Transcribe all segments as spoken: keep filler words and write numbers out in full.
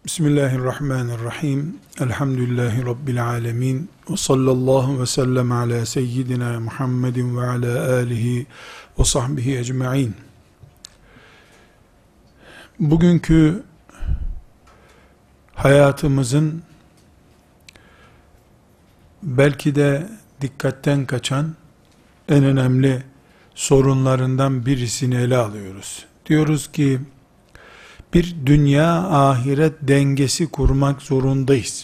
Bismillahirrahmanirrahim. Elhamdülillahi Rabbil alemin. Ve sallallahu ve sellem ala seyyidina Muhammedin ve ala alihi ve sahbihi ecma'in. Bugünkü hayatımızın belki de dikkatten kaçan en önemli sorunlarından birisini ele alıyoruz. Diyoruz ki, bir dünya ahiret dengesi kurmak zorundayız.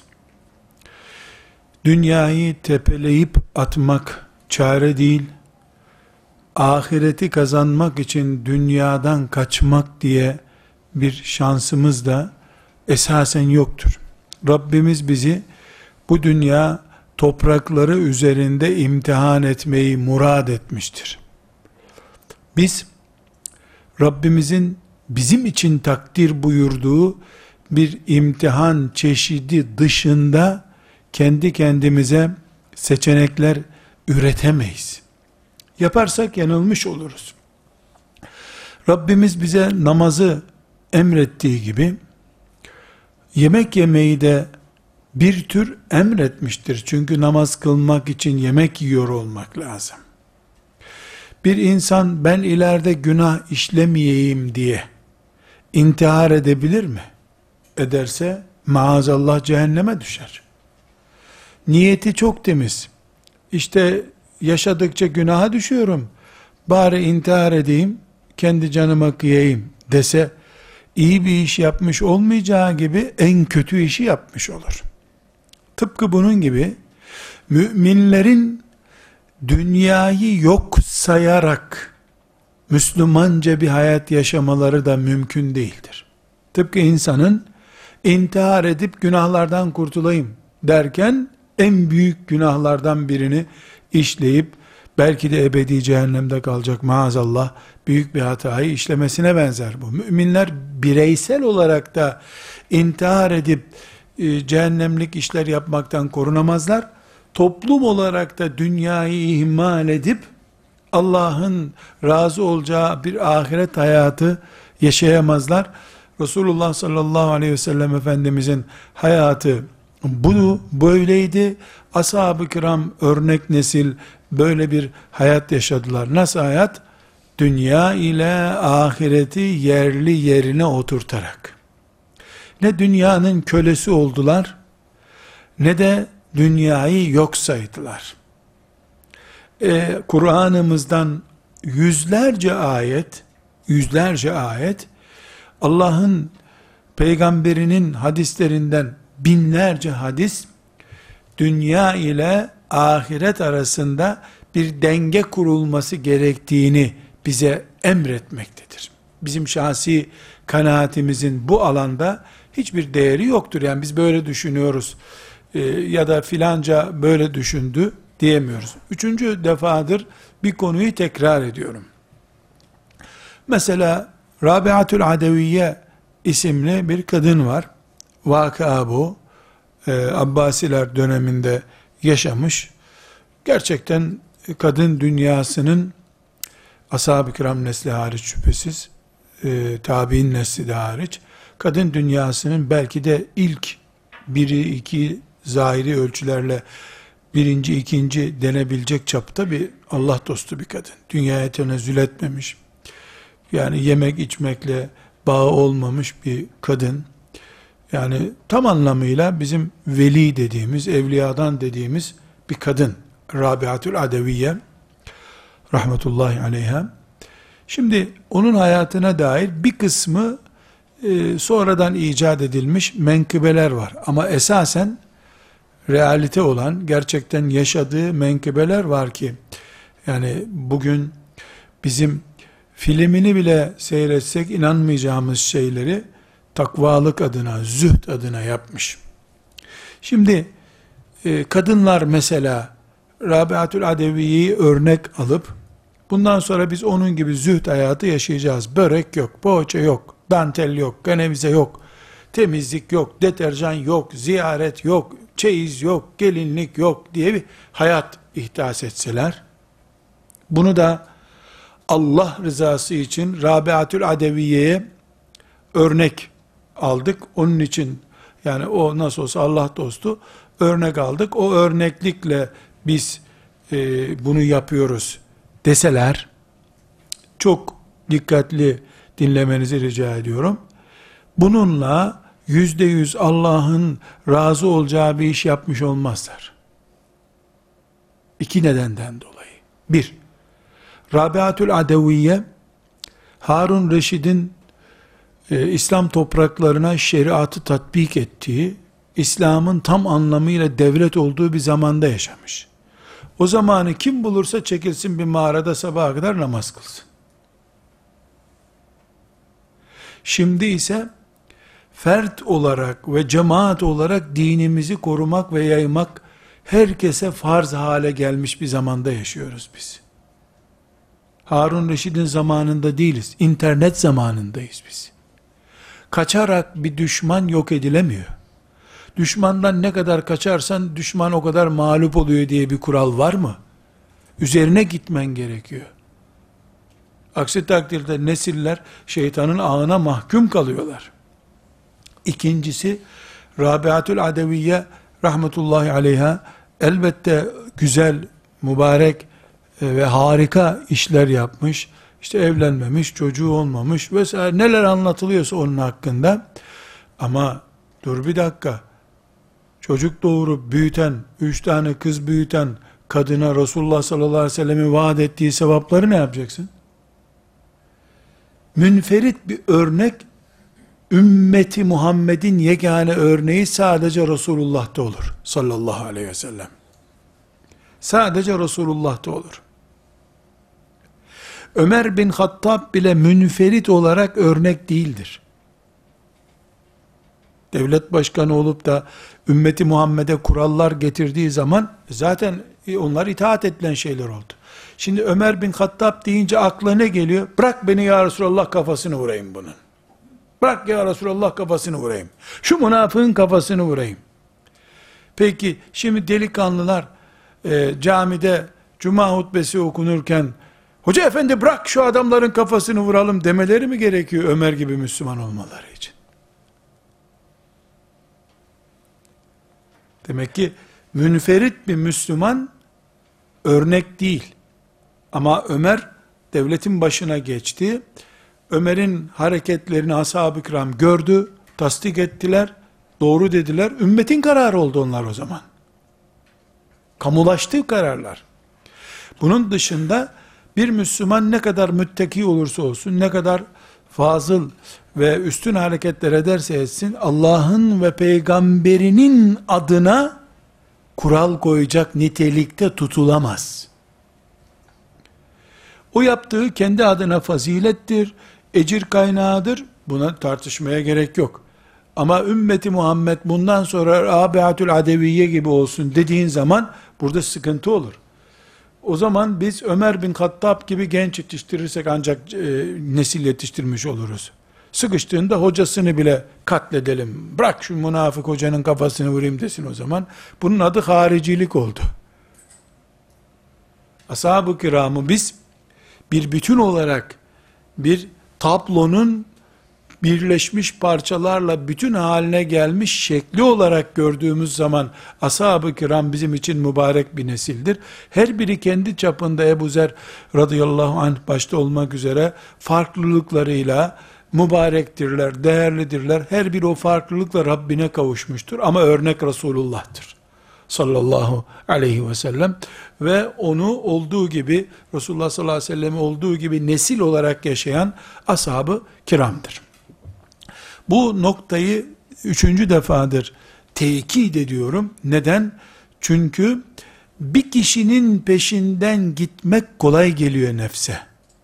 Dünyayı tepeleyip atmak çare değil, ahireti kazanmak için dünyadan kaçmak diye bir şansımız da esasen yoktur. Rabbimiz bizi bu dünya toprakları üzerinde imtihan etmeyi murad etmiştir. Biz Rabbimizin bizim için takdir buyurduğu bir imtihan çeşidi dışında kendi kendimize seçenekler üretemeyiz. Yaparsak yanılmış oluruz. Rabbimiz bize namazı emrettiği gibi yemek yemeyi de bir tür emretmiştir. Çünkü namaz kılmak için yemek yiyor olmak lazım. Bir insan ben ileride günah işlemeyeyim diye intihar edebilir mi? Ederse maazallah cehenneme düşer. Niyeti çok temiz. İşte yaşadıkça günaha düşüyorum, bari intihar edeyim, kendi canıma kıyayım dese, iyi bir iş yapmış olmayacağı gibi en kötü işi yapmış olur. Tıpkı bunun gibi müminlerin dünyayı yok sayarak Müslümanca bir hayat yaşamaları da mümkün değildir. Tıpkı insanın intihar edip günahlardan kurtulayım derken en büyük günahlardan birini işleyip belki de ebedi cehennemde kalacak maazallah büyük bir hatayı işlemesine benzer bu. Müminler bireysel olarak da intihar edip e, cehennemlik işler yapmaktan korunamazlar. Toplum olarak da dünyayı ihmal edip Allah'ın razı olacağı bir ahiret hayatı yaşayamazlar. Resulullah sallallahu aleyhi ve sellem Efendimizin hayatı bu böyleydi. Ashab-ı kiram örnek nesil böyle bir hayat yaşadılar. Nasıl hayat? Dünya ile ahireti yerli yerine oturtarak. Ne dünyanın kölesi oldular, ne de dünyayı yok saydılar. Ee, Kur'an'ımızdan yüzlerce ayet, yüzlerce ayet, Allah'ın peygamberinin hadislerinden binlerce hadis, dünya ile ahiret arasında bir denge kurulması gerektiğini bize emretmektedir. Bizim şahsi kanaatimizin bu alanda hiçbir değeri yoktur. Yani biz böyle düşünüyoruz e, ya da filanca böyle düşündü diyemiyoruz. Üçüncü defadır bir konuyu tekrar ediyorum. Mesela Rabiatül Adeviye isimli bir kadın var. Vakıa bu. Ee, Abbasiler döneminde yaşamış. Gerçekten kadın dünyasının ashab-ı kiram nesli hariç şüphesiz, e, tabi'in nesli de hariç, kadın dünyasının belki de ilk biri iki zahiri ölçülerle birinci, ikinci denebilecek çapta bir Allah dostu bir kadın. Dünyaya tenezzül etmemiş. Yani yemek içmekle bağı olmamış bir kadın. Yani tam anlamıyla bizim veli dediğimiz, evliyadan dediğimiz bir kadın. Rabiatül Adeviye rahmetullahi aleyha. Şimdi onun hayatına dair bir kısmı e, sonradan icat edilmiş menkıbeler var. Ama esasen realite olan, gerçekten yaşadığı menkıbeler var ki, yani bugün bizim filmini bile seyretsek inanmayacağımız şeyleri takvalık adına, zühd adına yapmış. Şimdi e, kadınlar mesela Rabiatül Adeviye'yi örnek alıp bundan sonra biz onun gibi zühd hayatı yaşayacağız. Börek yok, poğaça yok, dantel yok, ganevize yok, temizlik yok, deterjan yok, ziyaret yok, çeyiz yok, gelinlik yok diye bir hayat ihdas etseler, bunu da Allah rızası için Rabiatül Adeviye'ye örnek aldık. Onun için Yani o nasıl olsa Allah dostu, örnek aldık. O örneklikle biz e, bunu yapıyoruz deseler, çok dikkatli dinlemenizi rica ediyorum. Bununla yüzde yüz Allah'ın razı olacağı bir iş yapmış olmazlar. İki nedenden dolayı. Bir, Rabiatül Adeviye, Harun Reşid'in e, İslam topraklarına şeriatı tatbik ettiği, İslam'ın tam anlamıyla devlet olduğu bir zamanda yaşamış. O zamanı kim bulursa çekilsin bir mağarada sabaha kadar namaz kılsın. Şimdi ise fert olarak ve cemaat olarak dinimizi korumak ve yaymak herkese farz hale gelmiş bir zamanda yaşıyoruz biz. Harun Reşid'in zamanında değiliz. İnternet zamanındayız biz. Kaçarak bir düşman yok edilemiyor. Düşmandan ne kadar kaçarsan düşman o kadar mağlup oluyor diye bir kural var mı? Üzerine gitmen gerekiyor. Aksi takdirde nesiller şeytanın ağına mahkum kalıyorlar. İkincisi, Rabiatül Adeviye rahmetullahi aleyha elbette güzel, mübarek ve harika işler yapmış. İşte evlenmemiş, çocuğu olmamış vesaire, neler anlatılıyorsa onun hakkında. Ama dur bir dakika, çocuk doğurup büyüten, üç tane kız büyüten kadına Resulullah sallallahu aleyhi ve sellem'in vaat ettiği sevapları ne yapacaksın? Münferit bir örnek, ümmeti Muhammed'in yegane örneği sadece Resulullah'ta olur sallallahu aleyhi ve sellem. Sadece Resulullah'ta olur. Ömer bin Hattab bile münferit olarak örnek değildir. Devlet başkanı olup da ümmeti Muhammed'e kurallar getirdiği zaman zaten onlar itaat edilen şeyler oldu. Şimdi Ömer bin Hattab deyince akla ne geliyor? Bırak beni ya Resulallah, kafasını vurayım bunun. Bırak ya Resulallah, kafasını vurayım. Şu münafığın kafasını vurayım. Peki şimdi delikanlılar e, camide cuma hutbesi okunurken hoca efendi bırak şu adamların kafasını vuralım demeleri mi gerekiyor Ömer gibi Müslüman olmaları için? Demek ki münferit bir Müslüman örnek değil. Ama Ömer devletin başına geçti. Ömer'in hareketlerini ashab-ı kiram gördü, tasdik ettiler, doğru dediler. Ümmetin kararı oldu onlar o zaman. Kamulaştı kararlar. Bunun dışında bir Müslüman ne kadar müttaki olursa olsun, ne kadar fazıl ve üstün hareketler ederse etsin, Allah'ın ve peygamberinin adına kural koyacak nitelikte tutulamaz. O yaptığı kendi adına fazilettir, ecir kaynağıdır. Buna tartışmaya gerek yok. Ama ümmeti Muhammed bundan sonra Rabiatül Adeviye gibi olsun dediğin zaman burada sıkıntı olur. O zaman biz Ömer bin Hattab gibi genç yetiştirirsek ancak e, nesil yetiştirmiş oluruz. Sıkıştığında hocasını bile katledelim. Bırak şu münafık hocanın kafasını vurayım desin o zaman. Bunun adı haricilik oldu. Ashab-ı kiramı biz bir bütün olarak bir tablonun birleşmiş parçalarla bütün haline gelmiş şekli olarak gördüğümüz zaman ashab-ı kiram bizim için mübarek bir nesildir. Her biri kendi çapında Ebu Zer radıyallahu anh başta olmak üzere farklılıklarıyla mübarektirler, değerlidirler. Her biri o farklılıkla Rabbine kavuşmuştur. Ama örnek Resulullah'tır sallallahu aleyhi ve sellem ve onu olduğu gibi, Resulullah sallallahu aleyhi ve sellem olduğu gibi nesil olarak yaşayan ashab-ı kiramdır. Bu noktayı üçüncü defadır tekit ediyorum. Neden? Çünkü bir kişinin peşinden gitmek kolay geliyor nefse.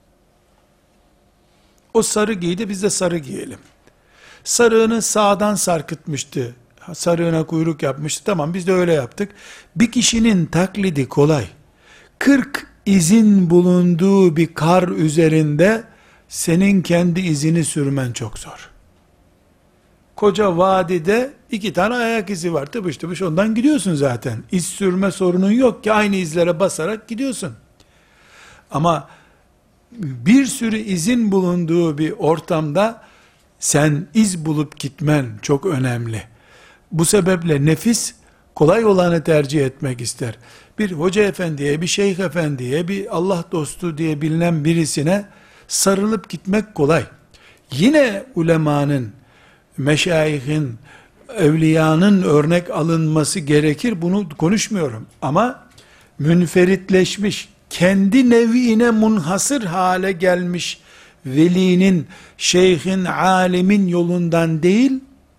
O sarı giydi, biz de sarı giyelim. Sarığını sağdan sarkıtmıştı, sarığına kuyruk yapmıştı, tamam biz de öyle yaptık. Bir kişinin taklidi kolay. kırk izin bulunduğu bir kar üzerinde senin kendi izini sürmen çok zor. Koca vadide iki tane ayak izi var, tıpış tıpış ondan gidiyorsun zaten. İz sürme sorunun yok ki, aynı izlere basarak gidiyorsun. Ama bir sürü izin bulunduğu bir ortamda sen iz bulup gitmen çok önemli. Bu sebeple nefis kolay olanı tercih etmek ister. Bir hoca efendiye, bir şeyh efendiye, bir Allah dostu diye bilinen birisine sarılıp gitmek kolay. Yine ulemanın, meşayihin, evliyanın örnek alınması gerekir. Bunu konuşmuyorum. Ama münferitleşmiş, kendi nev'ine munhasır hale gelmiş velinin, şeyhin, alimin yolundan değil,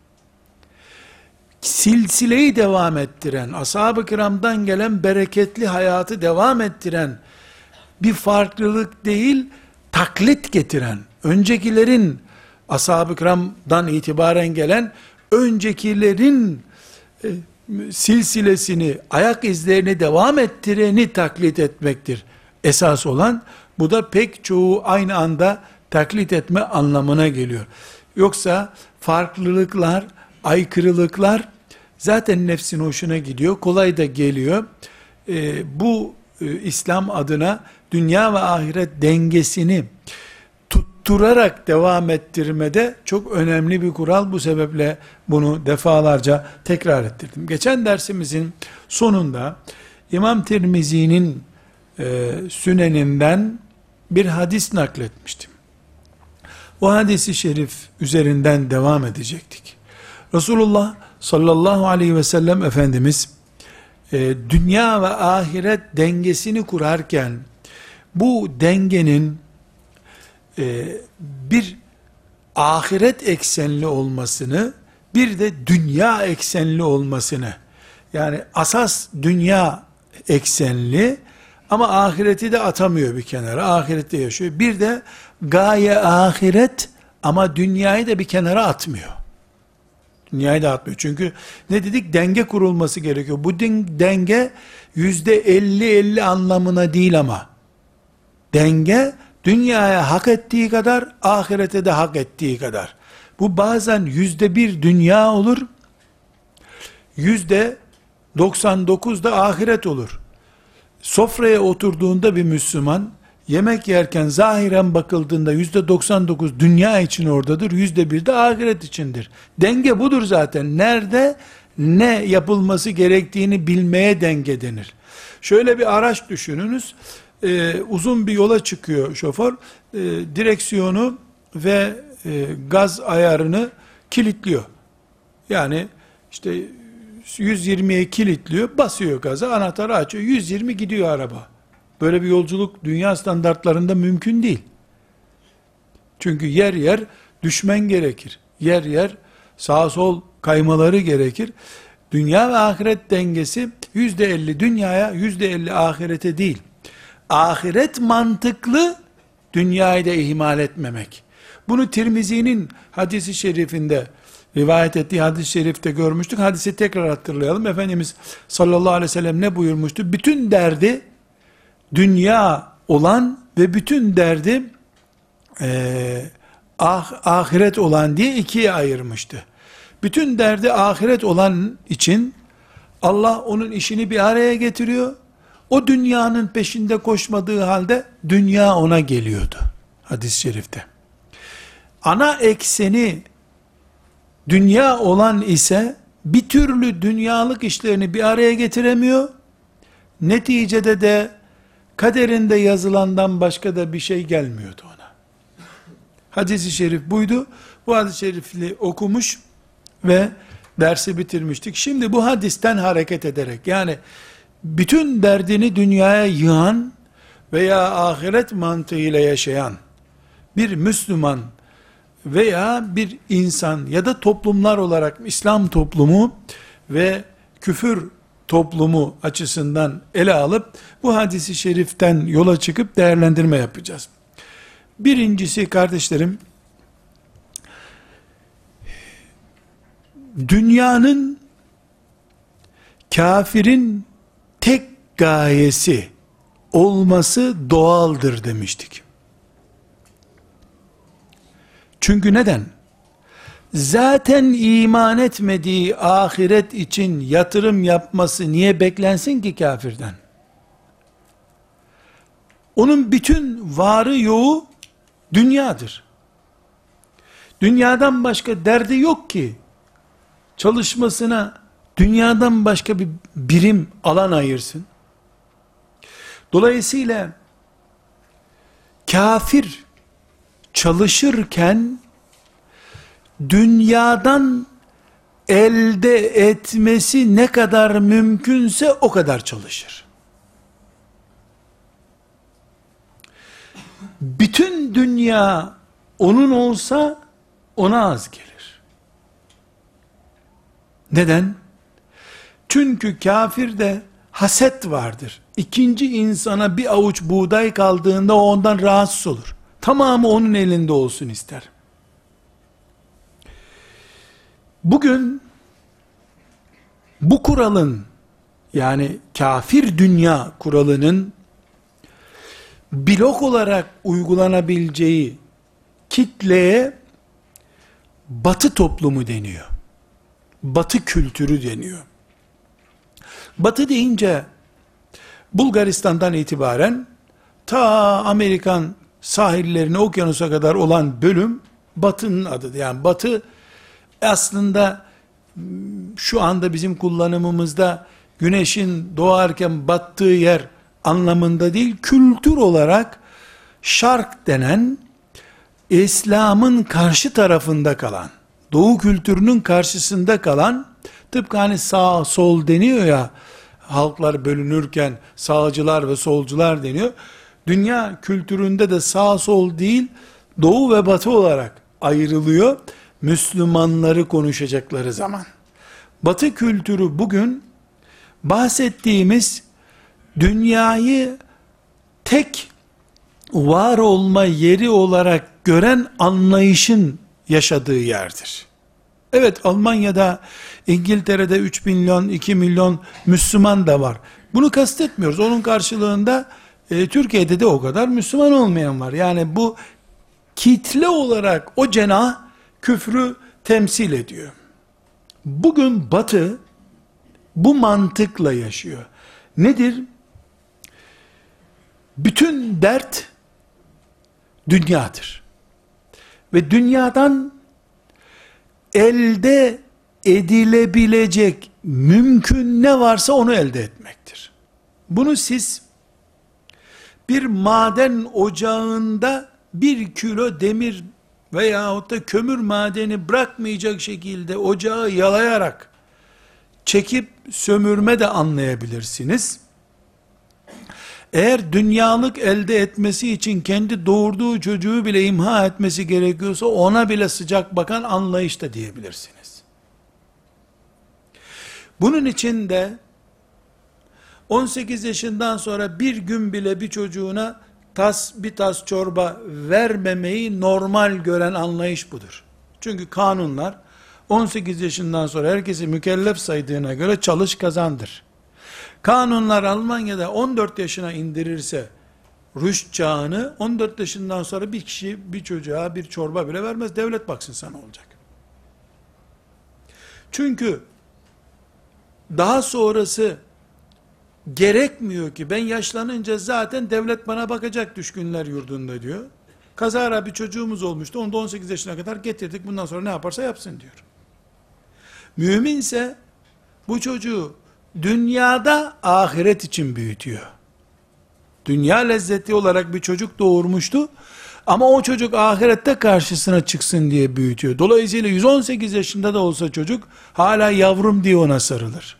silsileyi devam ettiren, ashab-ı kiramdan gelen bereketli hayatı devam ettiren, bir farklılık değil, taklit getiren, öncekilerin, ashab-ı kiramdan itibaren gelen, öncekilerin e, silsilesini, ayak izlerini devam ettireni taklit etmektir. Esas olan, bu da pek çoğu aynı anda taklit etme anlamına geliyor. Yoksa farklılıklar, aykırılıklar zaten nefsin hoşuna gidiyor, kolay da geliyor. E, bu e, İslam adına dünya ve ahiret dengesini tutturarak devam ettirmede çok önemli bir kural. Bu sebeple bunu defalarca tekrar ettirdim. Geçen dersimizin sonunda İmam Tirmizi'nin e, süneninden bir hadis nakletmiştim. O hadisi şerif üzerinden devam edecektik. Resulullah sallallahu aleyhi ve sellem Efendimiz e, dünya ve ahiret dengesini kurarken bu dengenin e, bir ahiret eksenli olmasını, bir de dünya eksenli olmasını, yani asas dünya eksenli ama ahireti de atamıyor bir kenara, ahirette yaşıyor. Bir de gaye ahiret ama dünyayı da bir kenara atmıyor. Dünyayı da atmıyor. Çünkü ne dedik? Denge kurulması gerekiyor. Bu denge yüzde elli elli anlamına değil ama denge dünyaya hak ettiği kadar ahirete de hak ettiği kadar. Bu bazen yüzde bir dünya olur, yüzde doksan dokuz da ahiret olur. Sofraya oturduğunda bir Müslüman, yemek yerken zahiren bakıldığında yüzde doksan dokuz dünya için oradadır, yüzde bir de ahiret içindir. Denge budur zaten. Nerede ne yapılması gerektiğini bilmeye denge denir. Şöyle bir araç düşününüz, ee, uzun bir yola çıkıyor şoför, ee, direksiyonu ve e, gaz ayarını kilitliyor. Yani işte yüz yirmiye kilitliyor, basıyor gaza, anahtarı açıyor, yüz yirmi gidiyor araba. Böyle bir yolculuk dünya standartlarında mümkün değil. Çünkü yer yer düşmen gerekir. Yer yer sağ sol kaymaları gerekir. Dünya ve ahiret dengesi yüzde elli dünyaya, yüzde elli ahirete değil. Ahiret mantıklı, dünyayı da ihmal etmemek. Bunu Tirmizi'nin hadisi şerifinde rivayet ettiği hadis-i şerifte görmüştük. Hadisi tekrar hatırlayalım. Efendimiz sallallahu aleyhi ve sellem ne buyurmuştu? Bütün derdi dünya olan ve bütün derdi e, ah, ahiret olan diye ikiye ayırmıştı. Bütün derdi ahiret olan için Allah onun işini bir araya getiriyor. O dünyanın peşinde koşmadığı halde dünya ona geliyordu. Hadis-i şerifte. Ana ekseni dünya olan ise bir türlü dünyalık işlerini bir araya getiremiyor. Neticede de kaderinde yazılandan başka da bir şey gelmiyordu ona. Hadis-i şerif buydu. Bu hadis-i şerifi okumuş ve dersi bitirmiştik. Şimdi bu hadisten hareket ederek, yani bütün derdini dünyaya yığan veya ahiret mantığıyla yaşayan bir Müslüman veya bir insan ya da toplumlar olarak İslam toplumu ve küfür toplumu açısından ele alıp bu hadisi şeriften yola çıkıp değerlendirme yapacağız. Birincisi kardeşlerim, dünyanın kafirin tek gayesi olması doğaldır demiştik. Çünkü neden? Zaten iman etmediği ahiret için yatırım yapması niye beklensin ki kafirden? Onun bütün varı yoğu dünyadır. Dünyadan başka derdi yok ki. çalışmasına dünyadan başka bir birim alan ayırsın. Dolayısıyla kafir çalışırken dünyadan elde etmesi ne kadar mümkünse o kadar çalışır. Bütün dünya onun olsa ona az gelir. Neden? Çünkü kafirde haset vardır. İkinci insana bir avuç buğday kaldığında o ondan rahatsız olur. Tamamı onun elinde olsun ister. Bugün bu kuralın, yani kafir dünya kuralının blok olarak uygulanabileceği kitleye Batı toplumu deniyor. Batı kültürü deniyor. Batı deyince Bulgaristan'dan itibaren ta Amerikan sahillerine, okyanusa kadar olan bölüm Batı'nın adıdır. Yani Batı aslında şu anda bizim kullanımımızda güneşin doğarken battığı yer anlamında değil, kültür olarak Şark denen İslam'ın karşı tarafında kalan, Doğu kültürünün karşısında kalan, tıpkı hani sağ sol deniyor ya, halklar bölünürken sağcılar ve solcular deniyor. Dünya kültüründe de sağ sol değil, Doğu ve Batı olarak ayrılıyor. Müslümanları konuşacakları zaman. Batı kültürü bugün bahsettiğimiz dünyayı tek var olma yeri olarak gören anlayışın yaşadığı yerdir. Evet, Almanya'da, İngiltere'de üç milyon, iki milyon Müslüman da var. Bunu kastetmiyoruz. Onun karşılığında e, Türkiye'de de o kadar Müslüman olmayan var. Yani bu kitle olarak o cenah küfrü temsil ediyor. Bugün Batı bu mantıkla yaşıyor. Nedir? Bütün dert dünyadır. Ve dünyadan elde edilebilecek mümkün ne varsa onu elde etmektir. Bunu siz bir maden ocağında bir kilo demir veyahut da kömür madeni bırakmayacak şekilde ocağı yalayarak çekip sömürme de anlayabilirsiniz. Eğer dünyalık elde etmesi için kendi doğurduğu çocuğu bile imha etmesi gerekiyorsa ona bile sıcak bakan anlayış da diyebilirsiniz. Bunun için de on sekiz yaşından sonra bir gün bile bir çocuğuna tas bir tas çorba vermemeyi normal gören anlayış budur. Çünkü kanunlar on sekiz yaşından sonra herkesi mükellef saydığına göre çalış kazandır. Kanunlar Almanya'da on dört yaşına indirirse rüşt çağını, on dört yaşından sonra bir kişi bir çocuğa bir çorba bile vermez. Devlet baksın sana olacak. Çünkü daha sonrası gerekmiyor ki, ben yaşlanınca zaten devlet bana bakacak düşkünler yurdunda diyor. Kazara bir çocuğumuz olmuştu, onu da on sekiz yaşına kadar getirdik, bundan sonra ne yaparsa yapsın diyor. Müminse bu çocuğu dünyada ahiret için büyütüyor. Dünya lezzeti olarak bir çocuk doğurmuştu, ama o çocuk ahirette karşısına çıksın diye büyütüyor. Dolayısıyla yüz on sekiz yaşında da olsa çocuk, hala yavrum diye ona sarılır.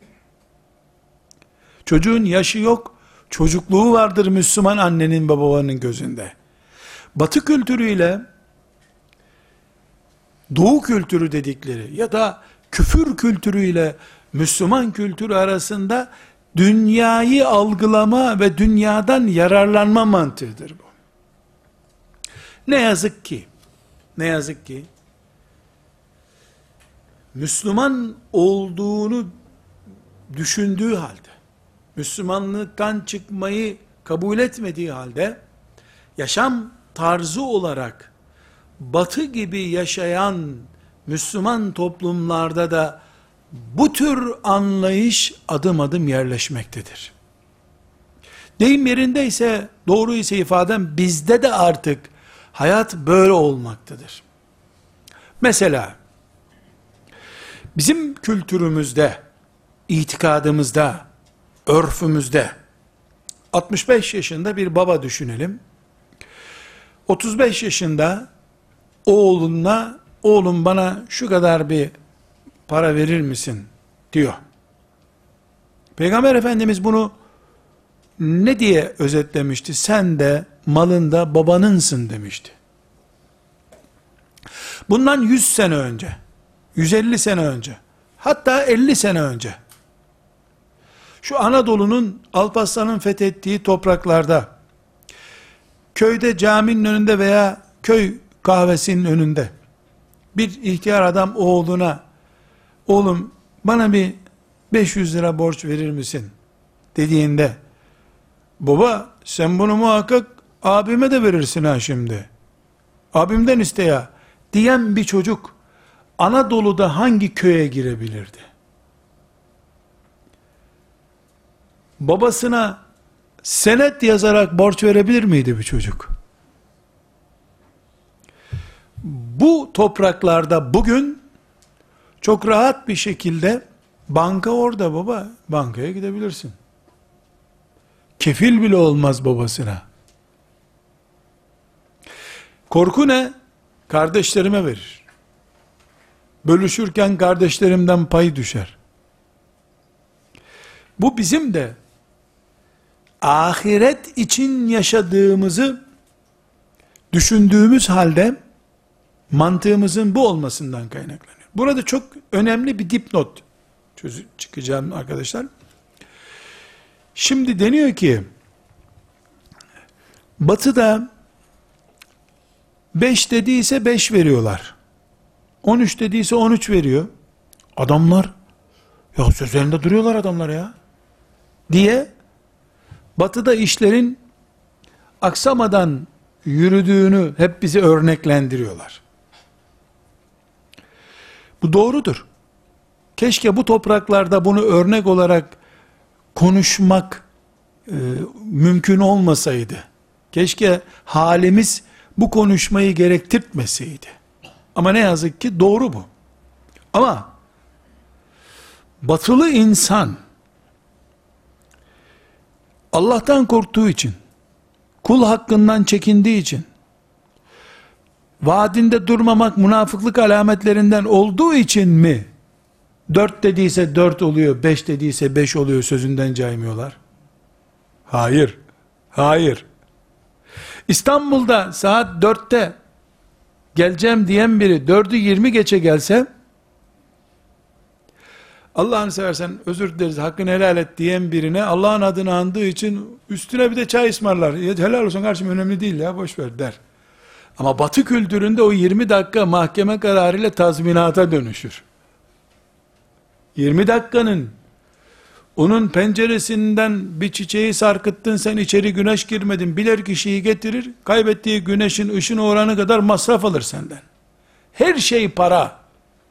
Çocuğun yaşı yok, çocukluğu vardır Müslüman annenin babanın gözünde. Batı kültürüyle Doğu kültürü dedikleri ya da küfür kültürüyle Müslüman kültürü arasında dünyayı algılama ve dünyadan yararlanma mantığıdır bu. Ne yazık ki, ne yazık ki, Müslüman olduğunu düşündüğü halde, Müslümanlıktan çıkmayı kabul etmediği halde, yaşam tarzı olarak Batı gibi yaşayan Müslüman toplumlarda da bu tür anlayış adım adım yerleşmektedir. Deyim yerindeyse, doğru ise ifadem, bizde de artık hayat böyle olmaktadır. Mesela Bizim kültürümüzde, itikadımızda, örfümüzde, altmış beş yaşında bir baba düşünelim. otuz beş yaşında oğluna, oğlum bana şu kadar bir para verir misin diyor. Peygamber Efendimiz bunu ne diye özetlemişti? Sen de malında babanınsın demişti. Bundan yüz sene önce, yüz elli sene önce, hatta elli sene önce, şu Anadolu'nun Alparslan'ın fethettiği topraklarda, köyde caminin önünde veya köy kahvesinin önünde, bir ihtiyar adam oğluna, oğlum bana bir beş yüz lira borç verir misin dediğinde, baba sen bunu muhakkak abime de verirsin ha şimdi, abimden iste ya diyen bir çocuk, Anadolu'da hangi köye girebilirdi? Babasına senet yazarak borç verebilir miydi bir çocuk? Bu topraklarda bugün çok rahat bir şekilde banka orada baba, bankaya gidebilirsin. Kefil bile olmaz babasına. Korku ne? Kardeşlerime verir. Bölüşürken kardeşlerimden pay düşer. Bu bizim de ahiret için yaşadığımızı düşündüğümüz halde mantığımızın bu olmasından kaynaklanıyor. Burada çok önemli bir dipnot çıkacağım arkadaşlar. Şimdi deniyor ki Batı'da beş dediyse beş veriyorlar. on üç dediyse on üç veriyor. Adamlar ya sözlerinde duruyorlar adamlar ya diye Batı'da işlerin aksamadan yürüdüğünü hep bize örneklendiriyorlar. Bu doğrudur. Keşke bu topraklarda bunu örnek olarak konuşmak e, mümkün olmasaydı. Keşke halimiz bu konuşmayı gerektirtmeseydi. Ama ne yazık ki doğru bu. Ama batılı insan Allah'tan korktuğu için, kul hakkından çekindiği için, vaadinde durmamak münafıklık alametlerinden olduğu için mi dört dediyse dört oluyor, beş dediyse beş oluyor sözünden caymıyorlar? Hayır. Hayır. İstanbul'da saat dörtte geleceğim diyen biri dördü yirmi geçe gelse, Allah'ını seversen özür dileriz hakkını helal et diyen birine Allah'ın adını andığı için üstüne bir de çay ısmarlar. Ya helal olsun kardeşim önemli değil ya boş ver der. Ama Batı kültüründe o yirmi dakika mahkeme kararıyla tazminata dönüşür. yirmi dakikanın onun penceresinden bir çiçeği sarkıttın, sen içeri güneş girmedin, bilir kişiyi getirir, kaybettiği güneşin ışın oranı kadar masraf alır senden. Her şey para.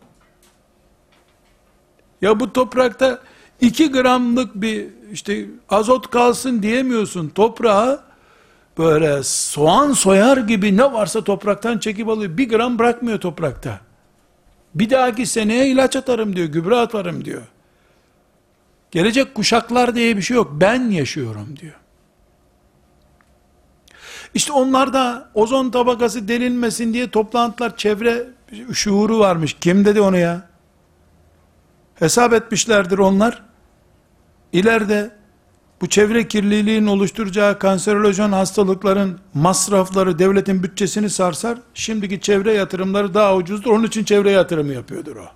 Ya bu toprakta iki gramlık bir işte azot kalsın diyemiyorsun. Toprağa böyle soğan soyar gibi ne varsa topraktan çekip alıyor. Bir gram bırakmıyor toprakta. Bir dahaki seneye ilaç atarım diyor, gübre atarım diyor. Gelecek kuşaklar diye bir şey yok. Ben yaşıyorum diyor. İşte onlarda ozon tabakası delinmesin diye toplantılar, çevre şuuru varmış. Kim dedi onu ya? Hesap etmişlerdir onlar. İleride bu çevre kirliliğinin oluşturacağı kanserojen hastalıkların masrafları devletin bütçesini sarsar. Şimdiki çevre yatırımları daha ucuzdur. Onun için çevre yatırımı yapıyordur o.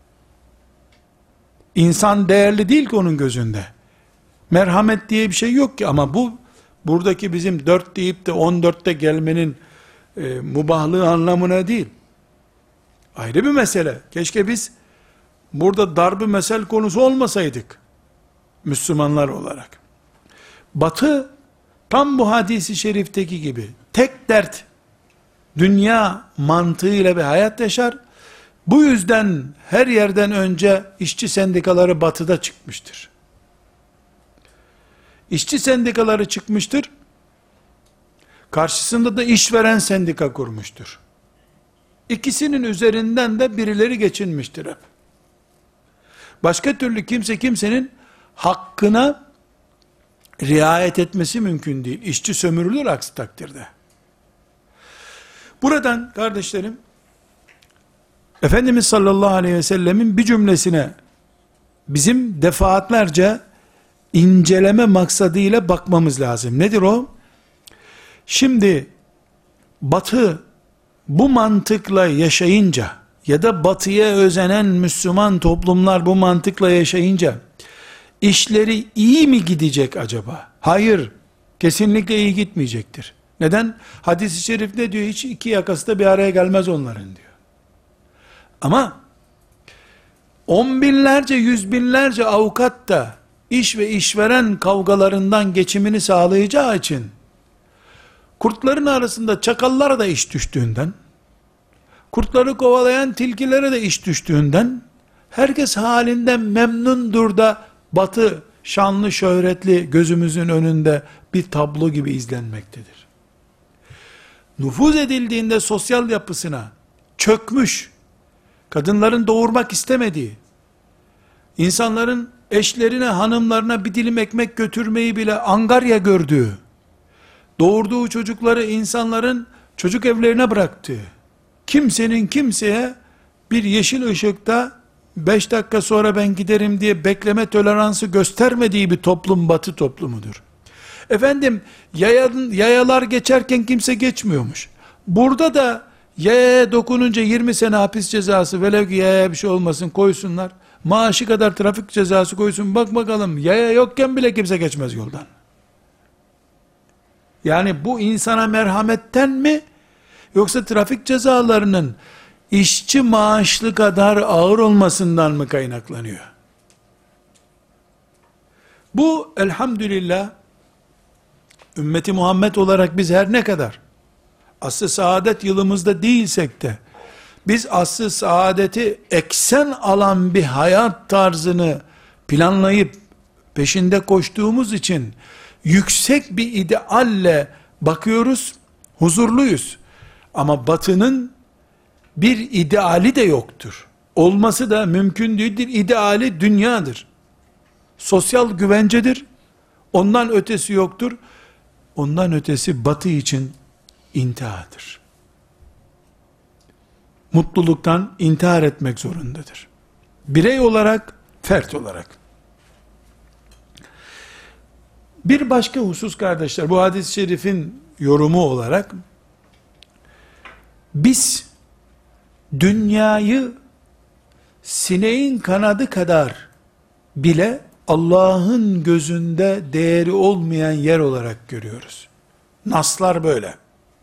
İnsan değerli değil ki onun gözünde. Merhamet diye bir şey yok ki, ama bu buradaki bizim dört deyip de on dörtte gelmenin e, mubahlığı anlamına değil. Ayrı bir mesele. Keşke biz burada darbe mesel konusu olmasaydık Müslümanlar olarak. Batı tam bu hadisi şerifteki gibi tek dert dünya mantığıyla bir hayat yaşar. Bu yüzden her yerden önce işçi sendikaları batıda çıkmıştır. İşçi sendikaları çıkmıştır. Karşısında da işveren sendika kurmuştur. İkisinin üzerinden de birileri geçinmiştir hep. Başka türlü kimse kimsenin hakkına riayet etmesi mümkün değil. İşçi sömürülür aksi takdirde. Buradan kardeşlerim, Efendimiz sallallahu aleyhi ve sellemin bir cümlesine bizim defaatlerce inceleme maksadıyla bakmamız lazım. Nedir o? Şimdi Batı bu mantıkla yaşayınca ya da batıya özenen Müslüman toplumlar bu mantıkla yaşayınca işleri iyi mi gidecek acaba? Hayır, kesinlikle iyi gitmeyecektir. Neden? Hadis-i şerif ne diyor? Hiç iki yakası da bir araya gelmez onların diyor. Ama on binlerce, yüz binlerce avukat da iş ve işveren kavgalarından geçimini sağlayacağı için kurtların arasında çakallara da iş düştüğünden, kurtları kovalayan tilkilere de iş düştüğünden, herkes halinden memnundur da Batı şanlı şöhretli gözümüzün önünde bir tablo gibi izlenmektedir. Nüfuz edildiğinde sosyal yapısına çökmüş, kadınların doğurmak istemediği, insanların eşlerine, hanımlarına bir dilim ekmek götürmeyi bile angarya gördüğü, doğurduğu çocukları insanların çocuk evlerine bıraktığı, kimsenin kimseye bir yeşil ışıkta beş dakika sonra ben giderim diye bekleme toleransı göstermediği bir toplum Batı toplumudur. Efendim yayan, yayalar geçerken kimse geçmiyormuş. Burada da yayaya dokununca yirmi sene hapis cezası, velev ki yayaya bir şey olmasın koysunlar. Maaşı kadar trafik cezası koysun, bak bakalım yaya yokken bile kimse geçmez yoldan. Yani bu insana merhametten mi, yoksa trafik cezalarının işçi maaşlı kadar ağır olmasından mı kaynaklanıyor? Bu elhamdülillah ümmeti Muhammed olarak biz her ne kadar asr-ı saadet yılımızda değilsek de biz asr-ı saadeti eksen alan bir hayat tarzını planlayıp peşinde koştuğumuz için yüksek bir idealle bakıyoruz, huzurluyuz. Ama Batı'nın bir ideali de yoktur. Olması da mümkün değildir. İdeali dünyadır. Sosyal güvencedir. Ondan ötesi yoktur. Ondan ötesi Batı için intihardır. Mutluluktan intihar etmek zorundadır. Birey olarak, fert olarak. Bir başka husus kardeşler, bu hadis-i şerifin yorumu olarak, biz dünyayı sineğin kanadı kadar bile Allah'ın gözünde değeri olmayan yer olarak görüyoruz. Naslar böyle.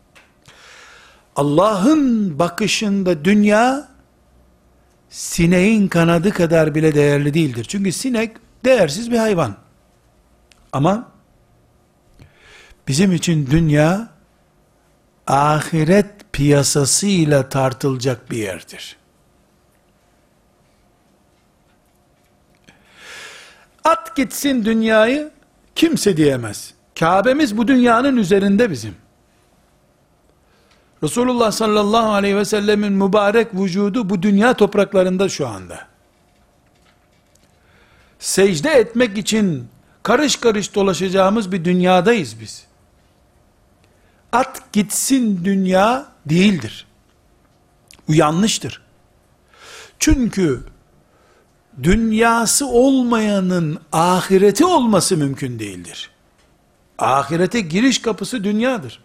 Allah'ın bakışında dünya sineğin kanadı kadar bile değerli değildir. Çünkü sinek değersiz bir hayvan. Ama bizim için dünya ahiret piyasasıyla tartılacak bir yerdir. At gitsin dünyayı kimse diyemez. Kabe'miz bu dünyanın üzerinde bizim. Resulullah sallallahu aleyhi ve sellemin mübarek vücudu bu dünya topraklarında şu anda. Secde etmek için karış karış dolaşacağımız bir dünyadayız biz. At gitsin dünya değildir. Bu yanlıştır. Çünkü dünyası olmayanın ahireti olması mümkün değildir. Ahirete giriş kapısı dünyadır.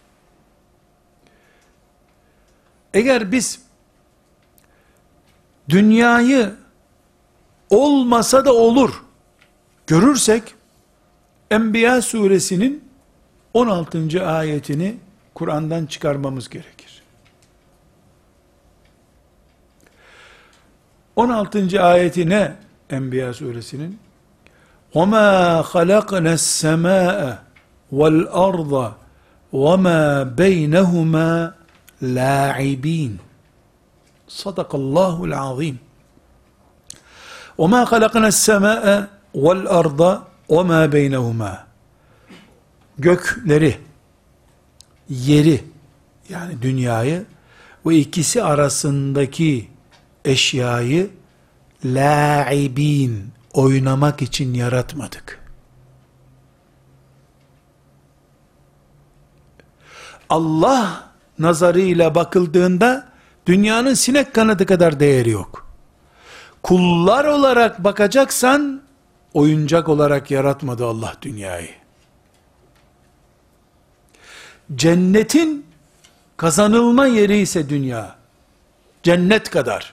Eğer biz dünyayı olmasa da olur görürsek, Enbiya suresinin on altıncı ayetini Kur'an'dan çıkarmamız gerekir. on altıncı ayeti ne Enbiya suresinin? وَمَا خَلَقْنَا السَّمَاءَ وَالْأَرْضَ وَمَا بَيْنَهُمَا لَاعِبِينَ Sadakallahul azim. وَمَا خَلَقْنَا السَّمَاءَ وَالْأَرْضَ وَمَا بَيْنَهُمَا Gökleri, yeri, yani dünyayı ve ikisi arasındaki eşyayı la'ibin, oynamak için yaratmadık. Allah nazarıyla bakıldığında dünyanın sinek kanadı kadar değeri yok. Kullar olarak bakacaksan oyuncak olarak yaratmadı Allah dünyayı. Cennetin kazanılma yeri ise dünya, cennet kadar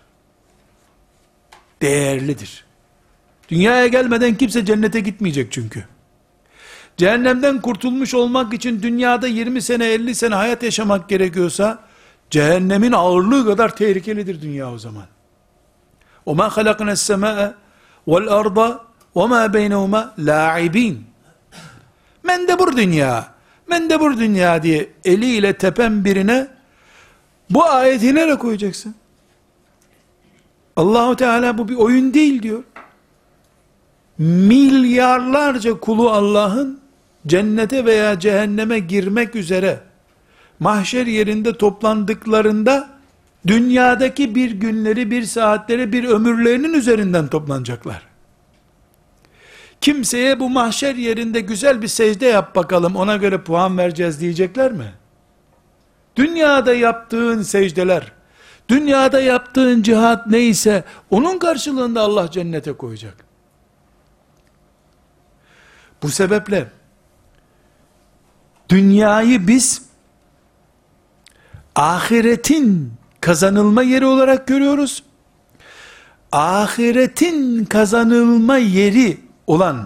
değerlidir. Dünyaya gelmeden kimse cennete gitmeyecek çünkü. Cehennemden kurtulmuş olmak için dünyada yirmi sene elli sene hayat yaşamak gerekiyorsa, cehennemin ağırlığı kadar tehlikelidir dünya o zaman. وَمَا خَلَقْنَا السَّمَاءَ وَالْأَرْضَ وَمَا بَيْنَهُمَا لَاعِب۪ينَ Mendebur dünya, mendebur dünya diye eliyle tepen birine bu ayeti nereye koyacaksın? Allahu Teala bu bir oyun değil diyor. Milyarlarca kulu Allah'ın cennete veya cehenneme girmek üzere mahşer yerinde toplandıklarında dünyadaki bir günleri, bir saatleri, bir ömürlerinin üzerinden toplanacaklar. Kimseye bu mahşer yerinde güzel bir secde yap bakalım, ona göre puan vereceğiz diyecekler mi? Dünyada yaptığın secdeler, dünyada yaptığın cihat neyse onun karşılığında Allah cennete koyacak. Bu sebeple dünyayı biz ahiretin kazanılma yeri olarak görüyoruz. Ahiretin kazanılma yeri olan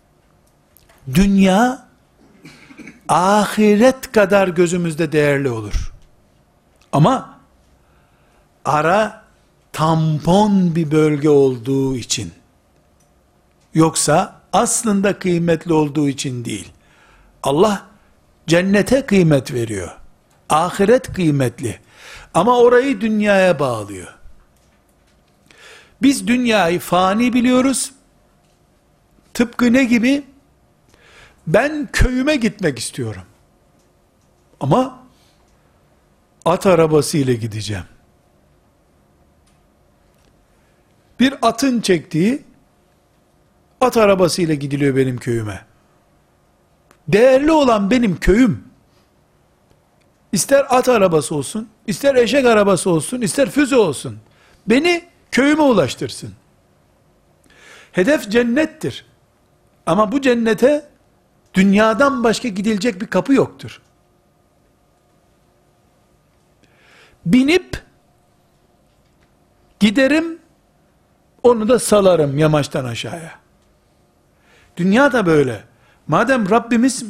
dünya ahiret kadar gözümüzde değerli olur. Ama ara tampon bir bölge olduğu için, yoksa aslında kıymetli olduğu için değil. Allah cennete kıymet veriyor. Ahiret kıymetli. Ama orayı dünyaya bağlıyor. Biz dünyayı fani biliyoruz. Tıpkı ne gibi? Ben köyüme gitmek istiyorum. Ama at arabasıyla gideceğim. Bir atın çektiği at arabasıyla gidiliyor benim köyüme. Değerli olan benim köyüm. İster at arabası olsun, ister eşek arabası olsun, ister füze olsun. Beni köyüme ulaştırsın. Hedef cennettir. Ama bu cennete dünyadan başka gidilecek bir kapı yoktur. Binip giderim, onu da salarım yamaçtan aşağıya. Dünya da böyle. Madem Rabbimiz